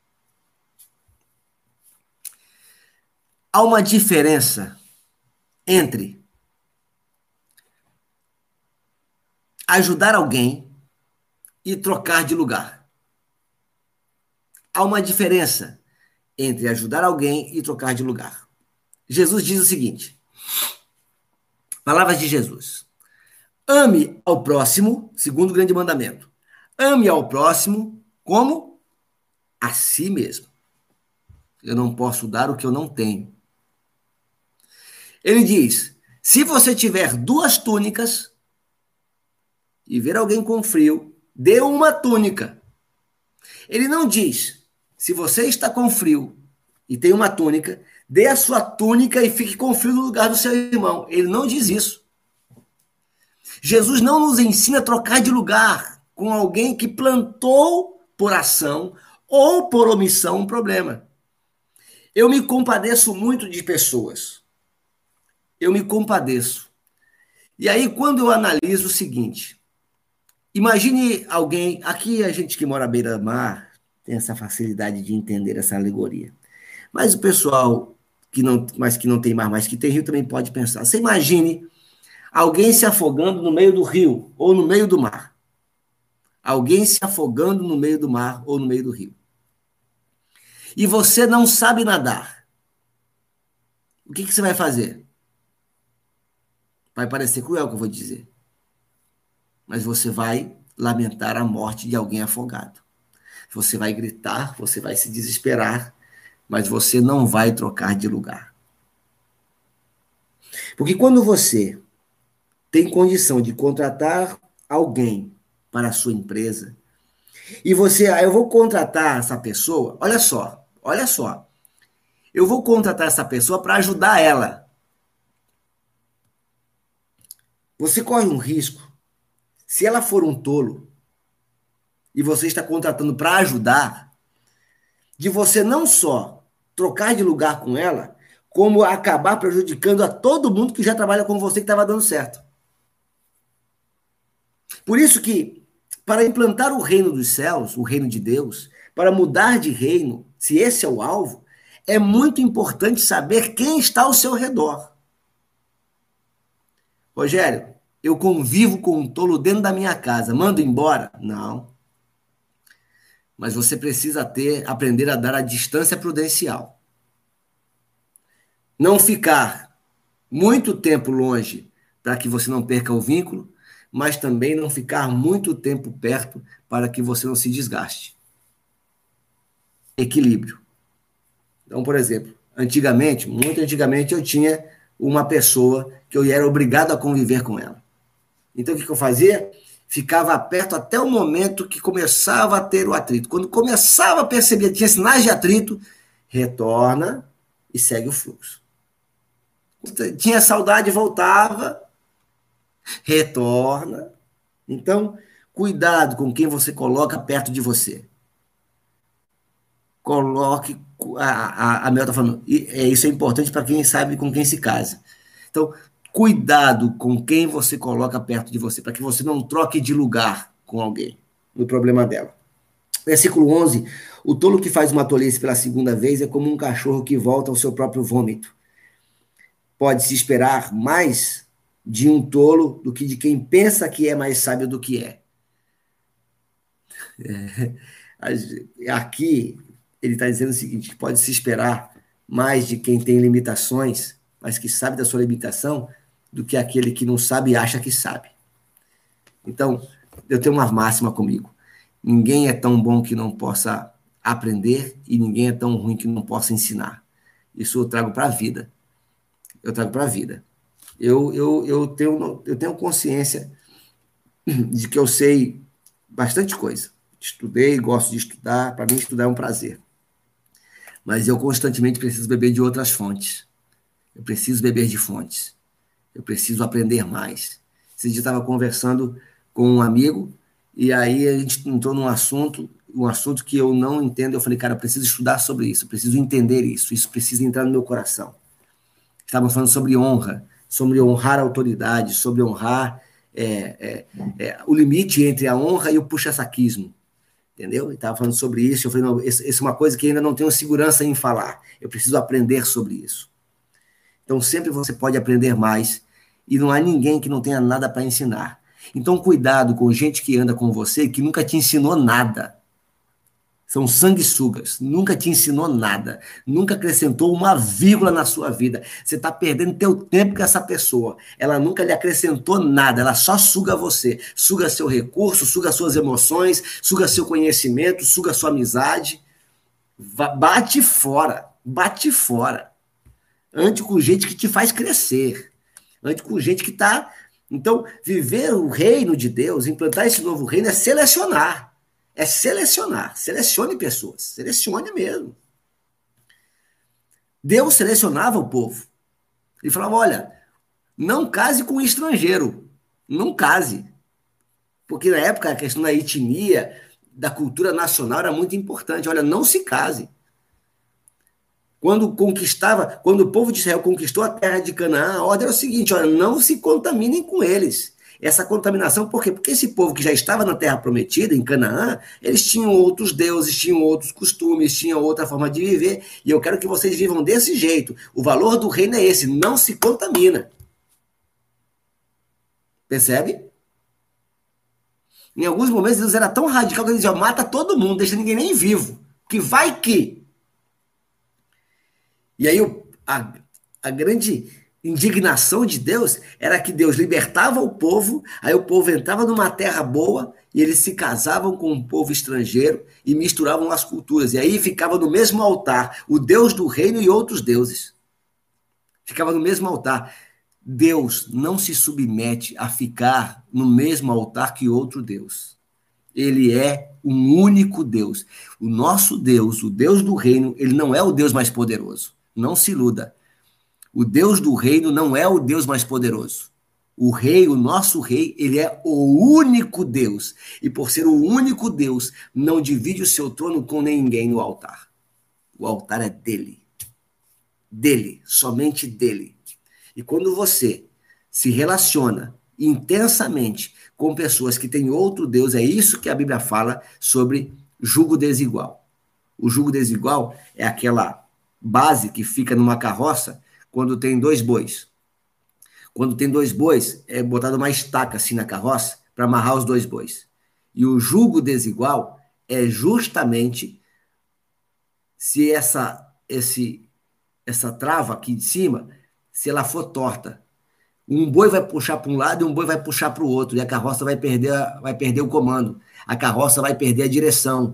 Há uma diferença entre ajudar alguém e trocar de lugar. Há uma diferença entre ajudar alguém e trocar de lugar. Jesus diz o seguinte, palavras de Jesus, ame ao próximo, segundo o grande mandamento, ame ao próximo como a si mesmo. Eu não posso dar o que eu não tenho. Ele diz, se você tiver duas túnicas e ver alguém com frio, dê uma túnica. Ele não diz, se você está com frio e tem uma túnica, dê a sua túnica e fique com frio no lugar do seu irmão. Ele não diz isso. Jesus não nos ensina a trocar de lugar com alguém que plantou por ação ou por omissão um problema. Eu me compadeço muito de pessoas. Eu me compadeço. E aí, quando eu analiso o seguinte, imagine alguém, aqui a gente que mora à beira-mar tem essa facilidade de entender essa alegoria. Mas o pessoal que não, mas que não tem mar, mas que tem rio também pode pensar. Você imagine alguém se afogando no meio do rio ou no meio do mar. Alguém se afogando no meio do mar ou no meio do rio. E você não sabe nadar. O que, que você vai fazer? Vai parecer cruel o que eu vou dizer. Mas você vai lamentar a morte de alguém afogado. Você vai gritar, você vai se desesperar, mas você não vai trocar de lugar. Porque quando você tem condição de contratar alguém para a sua empresa, e você, ah, eu vou contratar essa pessoa, olha só, olha só, eu vou contratar essa pessoa para ajudar ela. Você corre um risco, se ela for um tolo, e você está contratando para ajudar, de você não só trocar de lugar com ela, como acabar prejudicando a todo mundo que já trabalha com você que estava dando certo. Por isso que, para implantar o reino dos céus, o reino de Deus, para mudar de reino, se esse é o alvo, é muito importante saber quem está ao seu redor. Rogério, eu convivo com um tolo dentro da minha casa, mando embora? Não. Mas você precisa ter, aprender a dar a distância prudencial. Não ficar muito tempo longe para que você não perca o vínculo, mas também não ficar muito tempo perto para que você não se desgaste. Equilíbrio. Então, por exemplo, antigamente, muito antigamente, eu tinha uma pessoa que eu era obrigado a conviver com ela. Então, o que eu fazia? Ficava perto até o momento que começava a ter o atrito. Quando começava a perceber que tinha sinais de atrito, retorna e segue o fluxo. Tinha saudade, voltava, retorna. Então, cuidado com quem você coloca perto de você. Coloque, a, a, a Mel está falando, e é, isso é importante para quem sabe com quem se casa. Então, cuidado com quem você coloca perto de você, para que você não troque de lugar com alguém, no problema dela. Versículo onze, o tolo que faz uma tolice pela segunda vez é como um cachorro que volta ao seu próprio vômito. Pode-se esperar mais de um tolo do que de quem pensa que é mais sábio do que é. é aqui, ele está dizendo o seguinte, pode-se esperar mais de quem tem limitações, mas que sabe da sua limitação, do que aquele que não sabe e acha que sabe. Então, eu tenho uma máxima comigo. Ninguém é tão bom que não possa aprender e ninguém é tão ruim que não possa ensinar. Isso eu trago para a vida. Eu trago para a vida. Eu, eu, eu, tenho, eu tenho consciência de que eu sei bastante coisa. Estudei, gosto de estudar. Para mim, estudar é um prazer. Mas eu constantemente preciso beber de outras fontes. Eu preciso beber de fontes. Eu preciso aprender mais. Esse dia eu estava conversando com um amigo e aí a gente entrou num assunto, um assunto que eu não entendo. Eu falei, cara, eu preciso estudar sobre isso, eu preciso entender isso, isso precisa entrar no meu coração. Estávamos falando sobre honra, sobre honrar a autoridade, sobre honrar é, é, é, o limite entre a honra e o puxa-saquismo. Entendeu? Estava falando sobre isso. Eu falei, não, isso é uma coisa que ainda não tenho segurança em falar. Eu preciso aprender sobre isso. Então, sempre você pode aprender mais e não há ninguém que não tenha nada para ensinar. Então, cuidado com gente que anda com você que nunca te ensinou nada. São sanguessugas, nunca te ensinou nada, nunca acrescentou uma vírgula na sua vida. Você está perdendo teu tempo com essa pessoa. Ela nunca lhe acrescentou nada, ela só suga você. Suga seu recurso, suga suas emoções, suga seu conhecimento, suga sua amizade. Bate fora, bate fora. Ande com gente que te faz crescer. Ande com gente que está... Então, viver o reino de Deus, implantar esse novo reino é selecionar. É selecionar. Selecione pessoas. Selecione mesmo. Deus selecionava o povo. Ele falava, olha, não case com um estrangeiro. Não case. Porque na época a questão da etnia, da cultura nacional era muito importante. Olha, não se case. Quando conquistava, quando o povo de Israel conquistou a terra de Canaã, a ordem era o seguinte, olha, não se contaminem com eles. Essa contaminação, por quê? Porque esse povo que já estava na terra prometida, em Canaã, eles tinham outros deuses, tinham outros costumes, tinham outra forma de viver, e eu quero que vocês vivam desse jeito. O valor do reino é esse, não se contamina. Percebe? Em alguns momentos Deus era tão radical que ele dizia, mata todo mundo, deixa ninguém nem vivo, que vai que... E aí a, a grande indignação de Deus era que Deus libertava o povo, aí o povo entrava numa terra boa e eles se casavam com um povo estrangeiro e misturavam as culturas. E aí ficava no mesmo altar o Deus do reino e outros deuses. Ficava no mesmo altar. Deus não se submete a ficar no mesmo altar que outro Deus. Ele é um único Deus. O nosso Deus, o Deus do reino, ele não é o Deus mais poderoso. Não se iluda. O Deus do reino não é o Deus mais poderoso. O rei, o nosso rei, ele é o único Deus. E por ser o único Deus, não divide o seu trono com ninguém no altar. O altar é dele. Dele, somente dele. E quando você se relaciona intensamente com pessoas que têm outro Deus, é isso que a Bíblia fala sobre jugo desigual. O jugo desigual é aquela base que fica numa carroça quando tem dois bois. Quando tem dois bois, é botado uma estaca assim na carroça para amarrar os dois bois. E o jugo desigual é justamente se essa, esse, essa trava aqui de cima, se ela for torta. Um boi vai puxar para um lado e um boi vai puxar para o outro, e a carroça vai perder, vai perder o comando. A carroça vai perder a direção.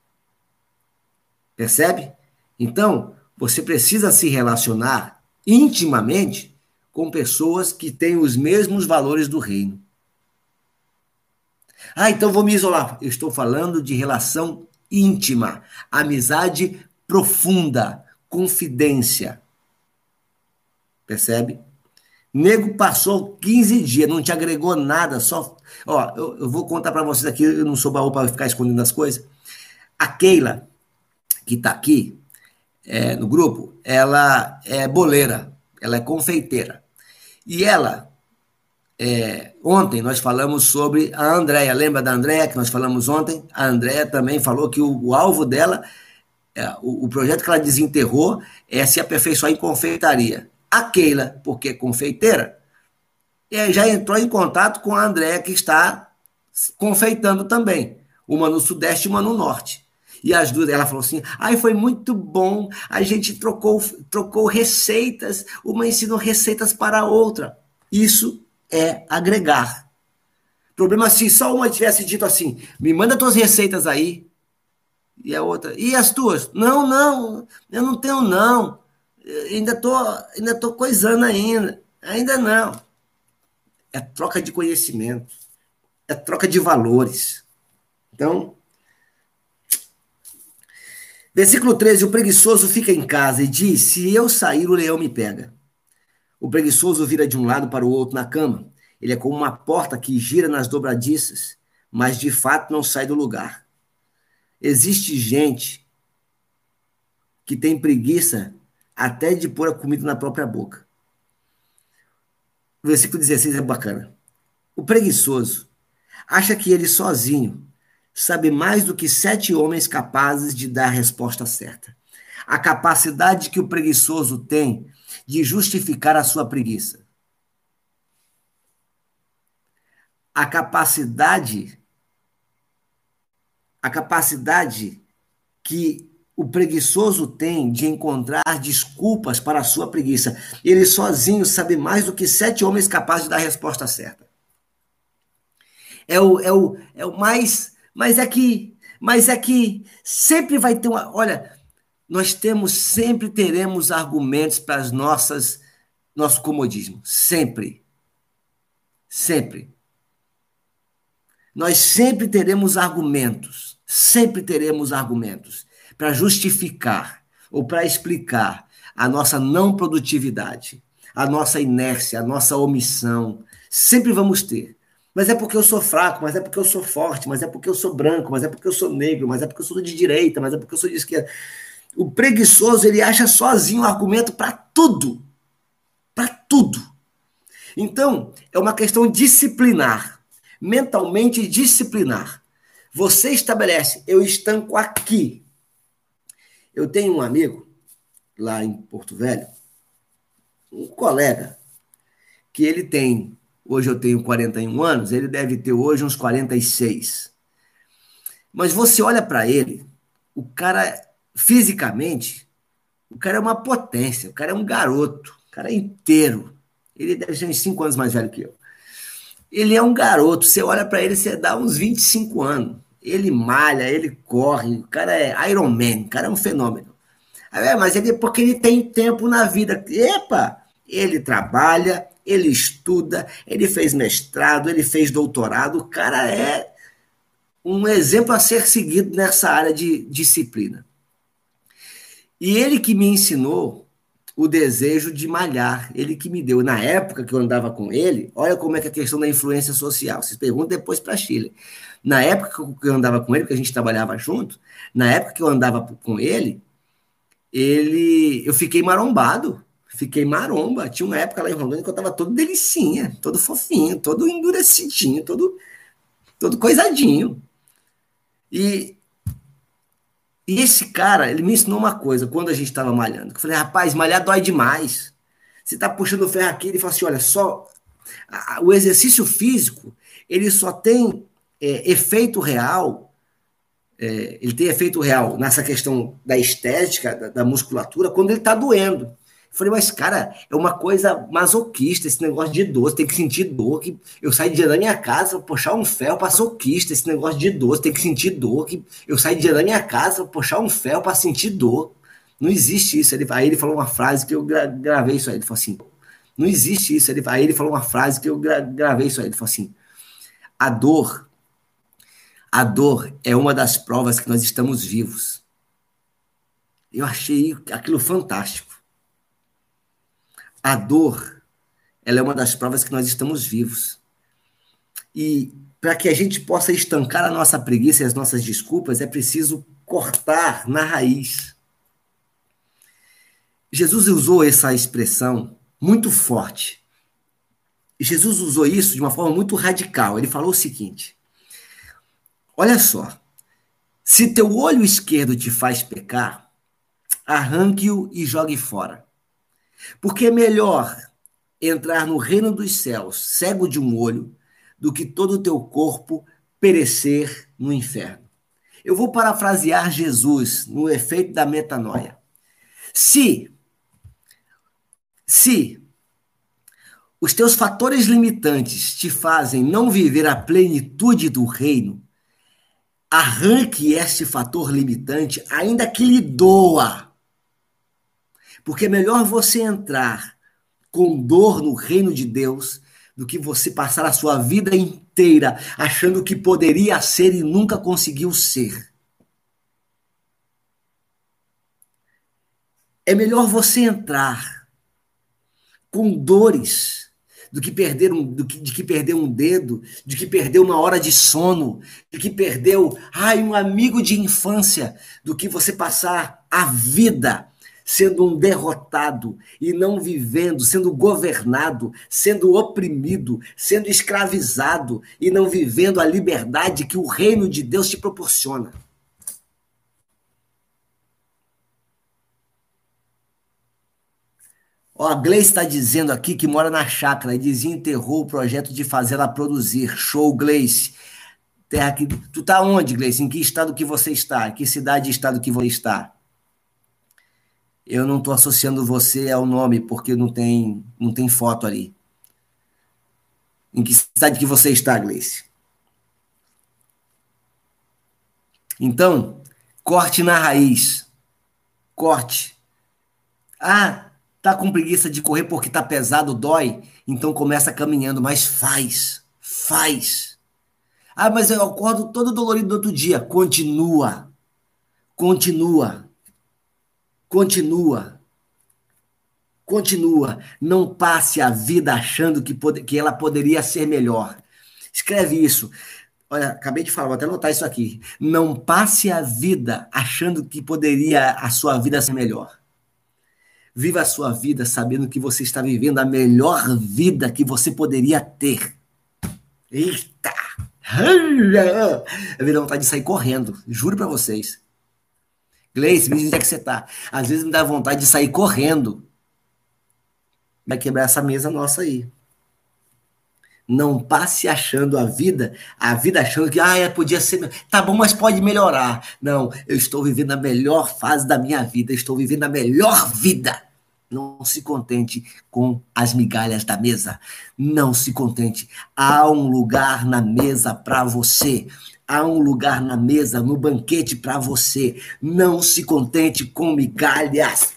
Percebe? Então, você precisa se relacionar intimamente com pessoas que têm os mesmos valores do reino. Ah, então vou me isolar. Eu estou falando de relação íntima, amizade profunda, confidência. Percebe? Nego passou quinze dias, não te agregou nada, só... Ó, eu, eu vou contar para vocês aqui, eu não sou baú para ficar escondendo as coisas. A Keila, que está aqui é, no grupo, ela é boleira, ela é confeiteira. E ela, é, ontem nós falamos sobre a Andréia, lembra da Andréia que nós falamos ontem? A Andréia também falou que o, o alvo dela, é, o, o projeto que ela desenterrou é se aperfeiçoar em confeitaria. A Keila, porque é confeiteira, já entrou em contato com a Andréia, que está confeitando também. Uma no Sudeste e uma no Norte. E as duas, ela falou assim, ai, foi muito bom, a gente trocou, trocou receitas, uma ensinou receitas para a outra. Isso é agregar. O problema é se só uma tivesse dito assim, me manda tuas receitas aí, e a outra, e as tuas? Não, não, eu não tenho não. ainda tô, ainda tô coisando ainda. Ainda não. É troca de conhecimento, é troca de valores. Então, versículo treze, o preguiçoso fica em casa e diz, se eu sair, o leão me pega. O preguiçoso vira de um lado para o outro na cama. Ele é como uma porta que gira nas dobradiças, mas de fato não sai do lugar. Existe gente que tem preguiça até de pôr a comida na própria boca. O versículo dezesseis é bacana. O preguiçoso acha que ele sozinho sabe mais do que sete homens capazes de dar a resposta certa. A capacidade que o preguiçoso tem de justificar a sua preguiça. A capacidade, a capacidade que o preguiçoso tem de encontrar desculpas para a sua preguiça. Ele sozinho sabe mais do que sete homens capazes de dar a resposta certa. É o, é o, é o mais. Mas é que. Mas é que sempre vai ter uma. Olha, nós temos, sempre teremos argumentos para as nossas. Nosso comodismo. Sempre. Sempre. Nós sempre teremos argumentos. Sempre teremos argumentos para justificar ou para explicar a nossa não produtividade, a nossa inércia, a nossa omissão. Sempre vamos ter. Mas é porque eu sou fraco, mas é porque eu sou forte, mas é porque eu sou branco, mas é porque eu sou negro, mas é porque eu sou de direita, mas é porque eu sou de esquerda. O preguiçoso, ele acha sozinho um argumento para tudo. Para tudo. Então, é uma questão disciplinar. Mentalmente disciplinar. Você estabelece, eu estanco aqui. Eu tenho um amigo, lá em Porto Velho, um colega, que ele tem, hoje eu tenho quarenta e um anos, ele deve ter hoje uns quarenta e seis. Mas você olha para ele, o cara, fisicamente, o cara é uma potência, o cara é um garoto, o cara é inteiro. Ele deve ser uns cinco anos mais velho que eu. Ele é um garoto, você olha para ele, você dá uns vinte e cinco anos. Ele malha, ele corre, o cara é Iron Man, o cara é um fenômeno. É, mas ele, porque ele tem tempo na vida. Epa! Ele trabalha, ele estuda, ele fez mestrado, ele fez doutorado. O cara é um exemplo a ser seguido nessa área de disciplina. E ele que me ensinou o desejo de malhar, ele que me deu. Na época que eu andava com ele, olha como é que é a questão da influência social. Vocês perguntam depois para Chile. Na época que eu andava com ele, porque a gente trabalhava junto, na época que eu andava com ele, ele, eu fiquei marombado, fiquei maromba. Tinha uma época lá em Rondônia que eu tava todo delicinha, todo fofinho, todo endurecidinho, todo, todo coisadinho. E, e esse cara, ele me ensinou uma coisa quando a gente tava malhando. Eu falei, rapaz, malhar dói demais. Você tá puxando o ferro aqui, ele fala assim, olha, só a, o exercício físico, ele só tem é, efeito real. É, ele tem efeito real nessa questão da estética, da, da musculatura, quando ele está doendo. Eu falei, mas, cara, é uma coisa masoquista esse negócio de dor, você tem que sentir dor. Que eu saio de da minha casa para puxar um ferro para masoquista esse negócio de dor, você tem que sentir dor. Que eu saio de da minha casa para puxar um ferro para sentir dor. Não existe isso. Ele, aí ele falou uma frase que eu gra, gravei isso aí. Ele falou assim: não existe isso. Ele, aí ele falou uma frase que eu gra, gravei isso aí. Ele falou assim: a dor. A dor é uma das provas que nós estamos vivos. Eu achei aquilo fantástico. A dor, ela é uma das provas que nós estamos vivos. E para que a gente possa estancar a nossa preguiça e as nossas desculpas, é preciso cortar na raiz. Jesus usou essa expressão muito forte. Jesus usou isso de uma forma muito radical. Ele falou o seguinte: olha só, se teu olho esquerdo te faz pecar, arranque-o e jogue fora. Porque é melhor entrar no reino dos céus cego de um olho do que todo o teu corpo perecer no inferno. Eu vou parafrasear Jesus no efeito da metanoia. Se, se os teus fatores limitantes te fazem não viver a plenitude do reino, arranque este fator limitante, ainda que lhe doa. Porque é melhor você entrar com dor no reino de Deus do que você passar a sua vida inteira achando que poderia ser e nunca conseguiu ser. É melhor você entrar com dores do que perder um, do que, de que perder um dedo, de que perder uma hora de sono, de que perdeu, ai, um amigo de infância, do que você passar a vida sendo um derrotado e não vivendo, sendo governado, sendo oprimido, sendo escravizado e não vivendo a liberdade que o reino de Deus te proporciona. Ó, a Gleice está dizendo aqui que mora na chácara e desenterrou o projeto de fazê-la produzir. Show, Gleice. Terra que... Tu tá onde, Gleice? Em que estado que você está? Em que cidade e estado que você está? Eu não estou associando você ao nome, porque não tem, não tem foto ali. Em que cidade que você está, Gleice? Então, corte na raiz. Corte. Ah, tá com preguiça de correr porque tá pesado, dói? Então começa caminhando, mas faz. Faz. Ah, mas eu acordo todo dolorido no outro dia. Continua. Continua. Continua. Continua. Não passe a vida achando que, pode, que ela poderia ser melhor. Escreve isso. Olha, acabei de falar, vou até anotar isso aqui. Não passe a vida achando que poderia a sua vida ser melhor. Viva a sua vida sabendo que você está vivendo a melhor vida que você poderia ter. Eita! Eu me dá vontade de sair correndo, juro pra vocês. Gleice, me diz onde é que você tá. Às vezes me dá vontade de sair correndo. Vai quebrar essa mesa nossa aí. Não passe achando a vida, a vida achando que ah, podia ser, tá bom, mas pode melhorar. Não, eu estou vivendo a melhor fase da minha vida, eu estou vivendo a melhor vida. Não se contente com as migalhas da mesa. Não se contente. Há um lugar na mesa para você. Há um lugar na mesa, no banquete para você. Não se contente com migalhas.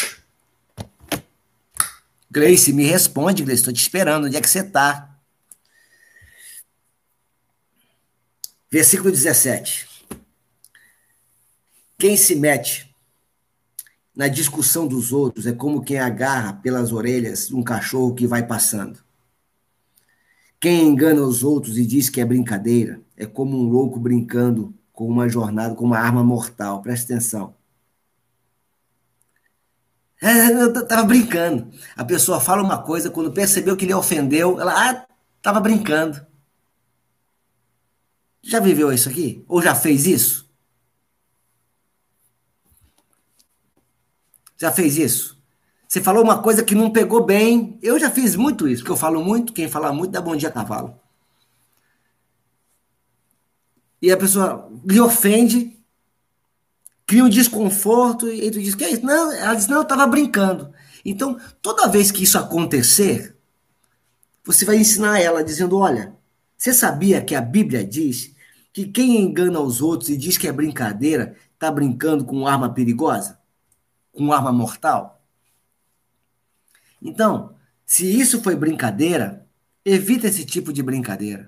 Gleice, me responde, Gleice. Estou te esperando. Onde é que você está? Versículo dezessete. Quem se mete na discussão dos outros é como quem agarra pelas orelhas um cachorro que vai passando. Quem engana os outros e diz que é brincadeira é como um louco brincando com uma jornada, com uma arma mortal. Presta atenção. É, eu tava brincando. A pessoa fala uma coisa, quando percebeu que lhe ofendeu, ela, ah, tava brincando. Já viveu isso aqui? Ou já fez isso? Já fez isso? Você falou uma coisa que não pegou bem. Eu já fiz muito isso, porque eu falo muito, quem fala muito dá bom dia a cavalo. E a pessoa lhe ofende, cria um desconforto, e tu diz, que é isso? Não, ela diz, não, eu estava brincando. Então, toda vez que isso acontecer, você vai ensinar ela dizendo, olha, você sabia que a Bíblia diz que quem engana os outros e diz que é brincadeira, está brincando com arma perigosa? Com arma mortal? Então, se isso foi brincadeira, evita esse tipo de brincadeira.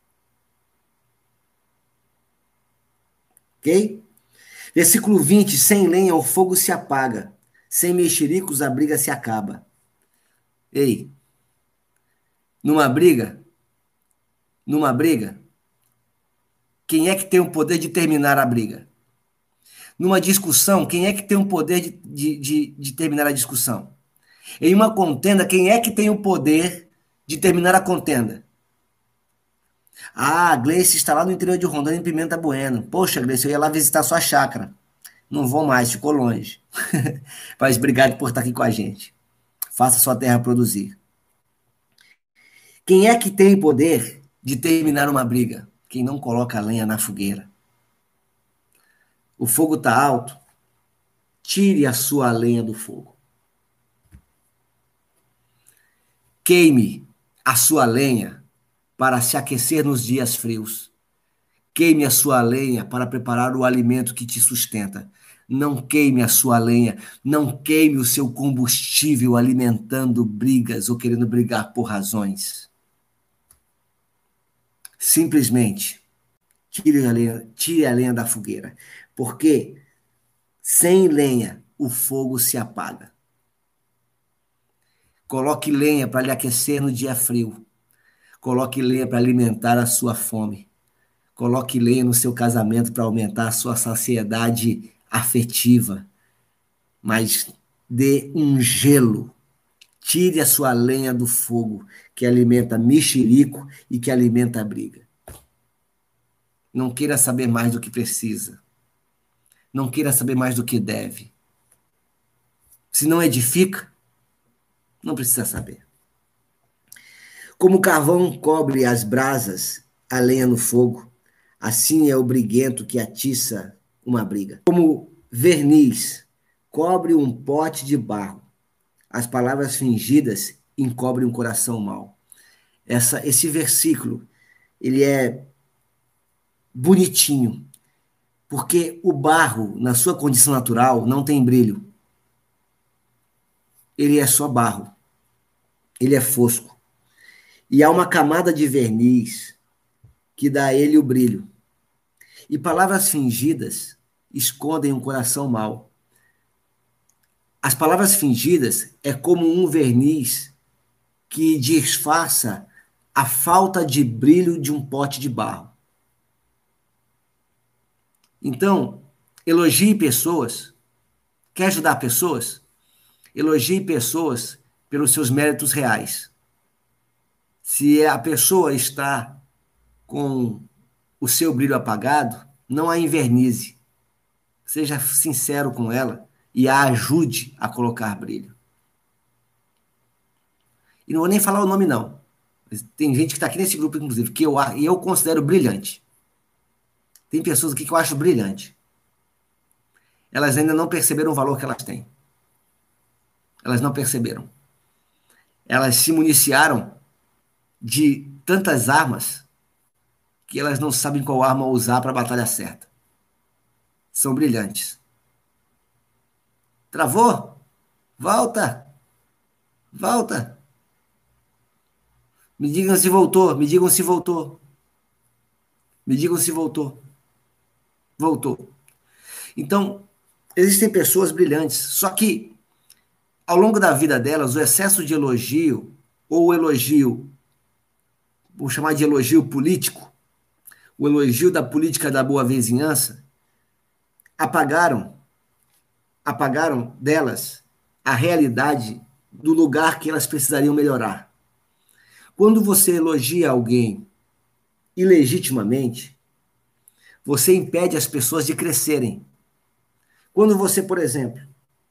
Ok? Versículo vinte, sem lenha o fogo se apaga, sem mexericos a briga se acaba. Ei, numa briga, numa briga, quem é que tem o poder de terminar a briga? Numa discussão, quem é que tem o poder de, de, de, de terminar a discussão? Em uma contenda, quem é que tem o poder de terminar a contenda? Ah, a Gleice está lá no interior de Rondônia, em Pimenta Bueno. Poxa, Gleice, eu ia lá visitar sua chácara. Não vou mais, ficou longe. Mas obrigado por estar aqui com a gente. Faça sua terra produzir. Quem é que tem poder de terminar uma briga? Quem não coloca a lenha na fogueira. O fogo está alto, tire a sua lenha do fogo. Queime a sua lenha para se aquecer nos dias frios. Queime a sua lenha para preparar o alimento que te sustenta. Não queime a sua lenha, não queime o seu combustível alimentando brigas ou querendo brigar por razões. Simplesmente tire a lenha, tire a lenha da fogueira, porque sem lenha o fogo se apaga. Coloque lenha para lhe aquecer no dia frio. Coloque lenha para alimentar a sua fome. Coloque lenha no seu casamento para aumentar a sua saciedade afetiva. Mas dê um gelo. Tire a sua lenha do fogo, que alimenta mexerico e que alimenta a briga. Não queira saber mais do que precisa. Não queira saber mais do que deve. Se não edifica, não precisa saber. Como o carvão cobre as brasas, a lenha no fogo, assim é o briguento que atiça uma briga. Como verniz cobre um pote de barro, as palavras fingidas encobrem um coração mau. Essa, esse versículo, ele é bonitinho, porque o barro, na sua condição natural, não tem brilho. Ele é só barro. Ele é fosco. E há uma camada de verniz que dá a ele o brilho. E palavras fingidas escondem um coração mau. As palavras fingidas é como um verniz que disfarça a falta de brilho de um pote de barro. Então, elogie pessoas. Quer ajudar pessoas? Elogie pessoas pelos seus méritos reais. Se a pessoa está com o seu brilho apagado, não a invernize. Seja sincero com ela e a ajude a colocar brilho. E não vou nem falar o nome, não. Tem gente que está aqui nesse grupo, inclusive, que eu, eu considero brilhante. Tem pessoas aqui que eu acho brilhante. Elas ainda não perceberam o valor que elas têm. Elas não perceberam. Elas se municiaram de tantas armas que elas não sabem qual arma usar para a batalha certa. São brilhantes. Travou? Volta! Volta! Me digam se voltou, me digam se voltou. Me digam se voltou. Voltou. Então, existem pessoas brilhantes, só que ao longo da vida delas, o excesso de elogio, ou o elogio, vou chamar de elogio político, o elogio da política da boa vizinhança, apagaram, apagaram delas a realidade do lugar que elas precisariam melhorar. Quando você elogia alguém ilegitimamente, você impede as pessoas de crescerem. Quando você, por exemplo,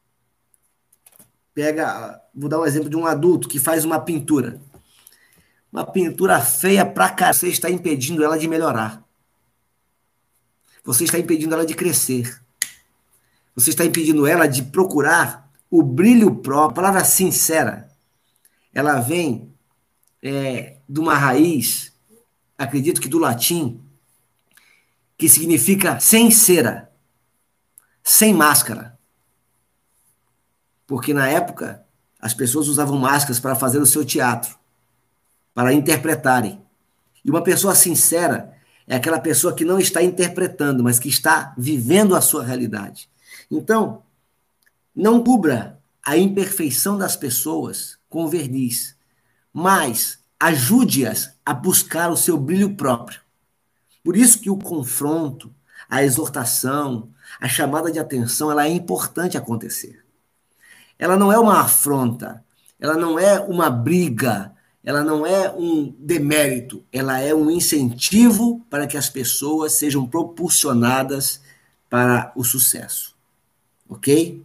pega, vou dar um exemplo de um adulto que faz uma pintura. Uma pintura feia pra cá, você está impedindo ela de melhorar. Você está impedindo ela de crescer. Você está impedindo ela de procurar o brilho próprio. A palavra sincera, ela vem é, de uma raiz, acredito que do latim, que significa sem cera, sem máscara. Porque na época, as pessoas usavam máscaras para fazer o seu teatro, para interpretarem. E uma pessoa sincera é aquela pessoa que não está interpretando, mas que está vivendo a sua realidade. Então, não cubra a imperfeição das pessoas com verniz, mas ajude-as a buscar o seu brilho próprio. Por isso que o confronto, a exortação, a chamada de atenção, ela é importante acontecer. Ela não é uma afronta, ela não é uma briga, ela não é um demérito, ela é um incentivo para que as pessoas sejam propulsionadas para o sucesso. Ok?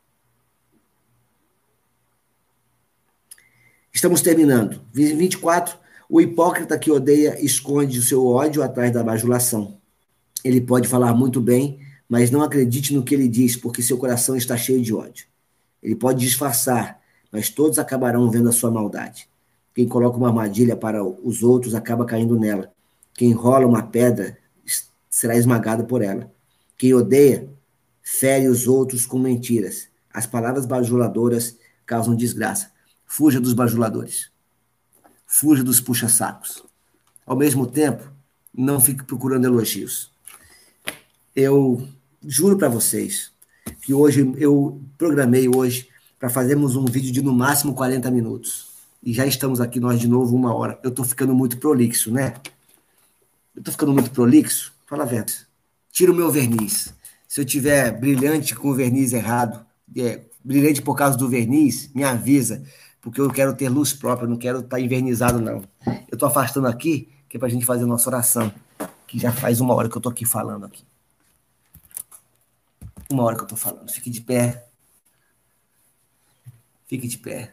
Estamos terminando. vinte e quatro. O hipócrita que odeia esconde o seu ódio atrás da bajulação. Ele pode falar muito bem, mas não acredite no que ele diz, porque seu coração está cheio de ódio. Ele pode disfarçar, mas todos acabarão vendo a sua maldade. Quem coloca uma armadilha para os outros acaba caindo nela. Quem rola uma pedra será esmagado por ela. Quem odeia fere os outros com mentiras. As palavras bajuladoras causam desgraça. Fuja dos bajuladores. Fuja dos puxa-sacos. Ao mesmo tempo, não fique procurando elogios. Eu juro para vocês que hoje, eu programei hoje para fazermos um vídeo de no máximo quarenta minutos. E já estamos aqui nós de novo uma hora. Eu estou ficando muito prolixo, né? Eu estou ficando muito prolixo? Fala a verdade. Tira o meu verniz. Se eu tiver brilhante com o verniz errado, é, brilhante por causa do verniz, me avisa, porque eu quero ter luz própria, não quero estar envernizado, não. Eu estou afastando aqui, que é para a gente fazer a nossa oração, que já faz uma hora que eu estou aqui falando aqui. Uma hora que eu estou falando. Fique de pé. Fique de pé.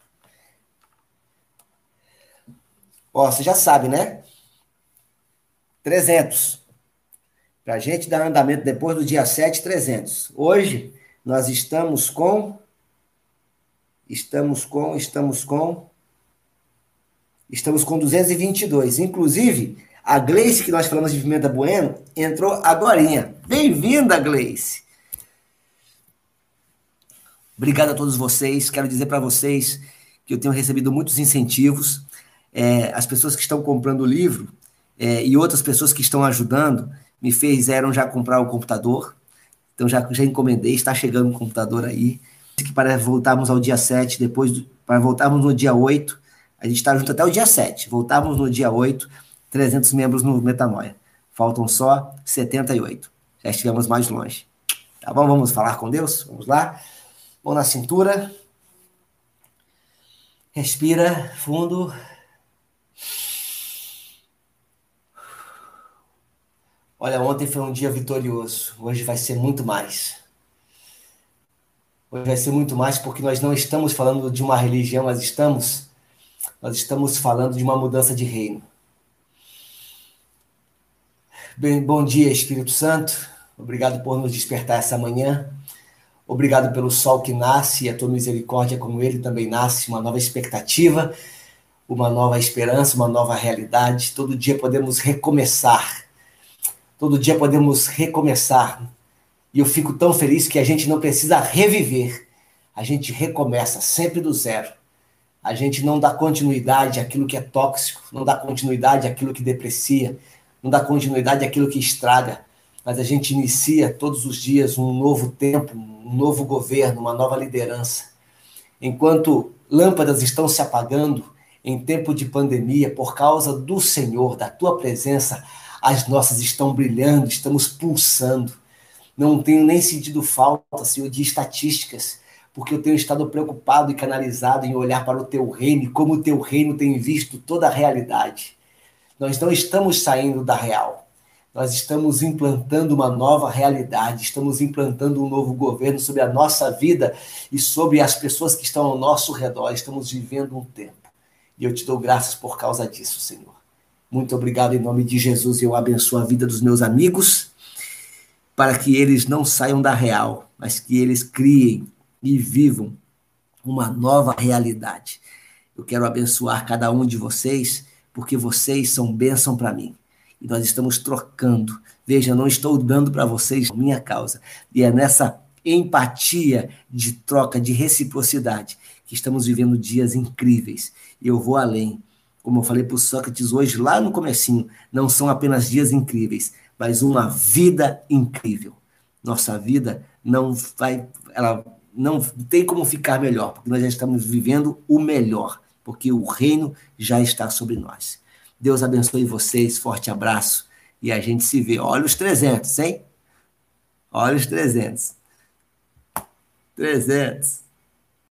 Ó, você já sabe, né? trezentos. Para a gente dar andamento depois do dia sete, trezentos. Hoje, nós estamos com... Estamos com... Estamos com... Estamos com duzentos e vinte e dois. Inclusive, a Gleice, que nós falamos de Pimenta Bueno, entrou agorinha. Bem-vinda, Gleice. Obrigado a todos vocês. Quero dizer para vocês que eu tenho recebido muitos incentivos. É, as pessoas que estão comprando o livro é, e outras pessoas que estão ajudando me fizeram já comprar o computador. Então já, já encomendei, está chegando o computador aí. Para voltarmos ao dia sete, depois do, para voltarmos no dia oito, a gente está junto até o dia sete. Voltamos no dia oito, trezentos membros no Metanoia. Faltam só setenta e oito. Já estivemos mais longe. Tá bom? Vamos falar com Deus? Vamos lá? Mão na cintura. Respira fundo. Olha, ontem foi um dia vitorioso. Hoje vai ser muito mais. Hoje vai ser muito mais porque nós não estamos falando de uma religião, nós estamos, nós estamos falando de uma mudança de reino. Bem, bom dia, Espírito Santo. Obrigado por nos despertar essa manhã. Obrigado pelo sol que nasce e a tua misericórdia com ele também nasce, uma nova expectativa, uma nova esperança, uma nova realidade. Todo dia podemos recomeçar. Todo dia podemos recomeçar. E eu fico tão feliz que a gente não precisa reviver. A gente recomeça sempre do zero. A gente não dá continuidade àquilo que é tóxico, não dá continuidade àquilo que deprecia, não dá continuidade àquilo que estraga. Mas a gente inicia todos os dias um novo tempo, um novo governo, uma nova liderança. Enquanto lâmpadas estão se apagando em tempo de pandemia, por causa do Senhor, da tua presença, as nossas estão brilhando, estamos pulsando. Não tenho nem sentido falta, Senhor, de estatísticas, porque eu tenho estado preocupado e canalizado em olhar para o teu reino e como o teu reino tem visto toda a realidade. Nós não estamos saindo da real. Nós estamos implantando uma nova realidade, estamos implantando um novo governo sobre a nossa vida e sobre as pessoas que estão ao nosso redor. Estamos vivendo um tempo. E eu te dou graças por causa disso, Senhor. Muito obrigado em nome de Jesus. Eu abençoo a vida dos meus amigos para que eles não saiam da real, mas que eles criem e vivam uma nova realidade. Eu quero abençoar cada um de vocês, porque vocês são bênção para mim. E nós estamos trocando. Veja, não estou dando para vocês a minha causa. E é nessa empatia de troca, de reciprocidade, que estamos vivendo dias incríveis. E eu vou além. Como eu falei para o Sócrates hoje, lá no comecinho, não são apenas dias incríveis, mas uma vida incrível. Nossa vida não vai, ela não tem como ficar melhor, porque nós já estamos vivendo o melhor, porque o reino já está sobre nós. Deus abençoe vocês, forte abraço, e a gente se vê. Olha os trezentos, hein? Olha os trezentos. trezentos.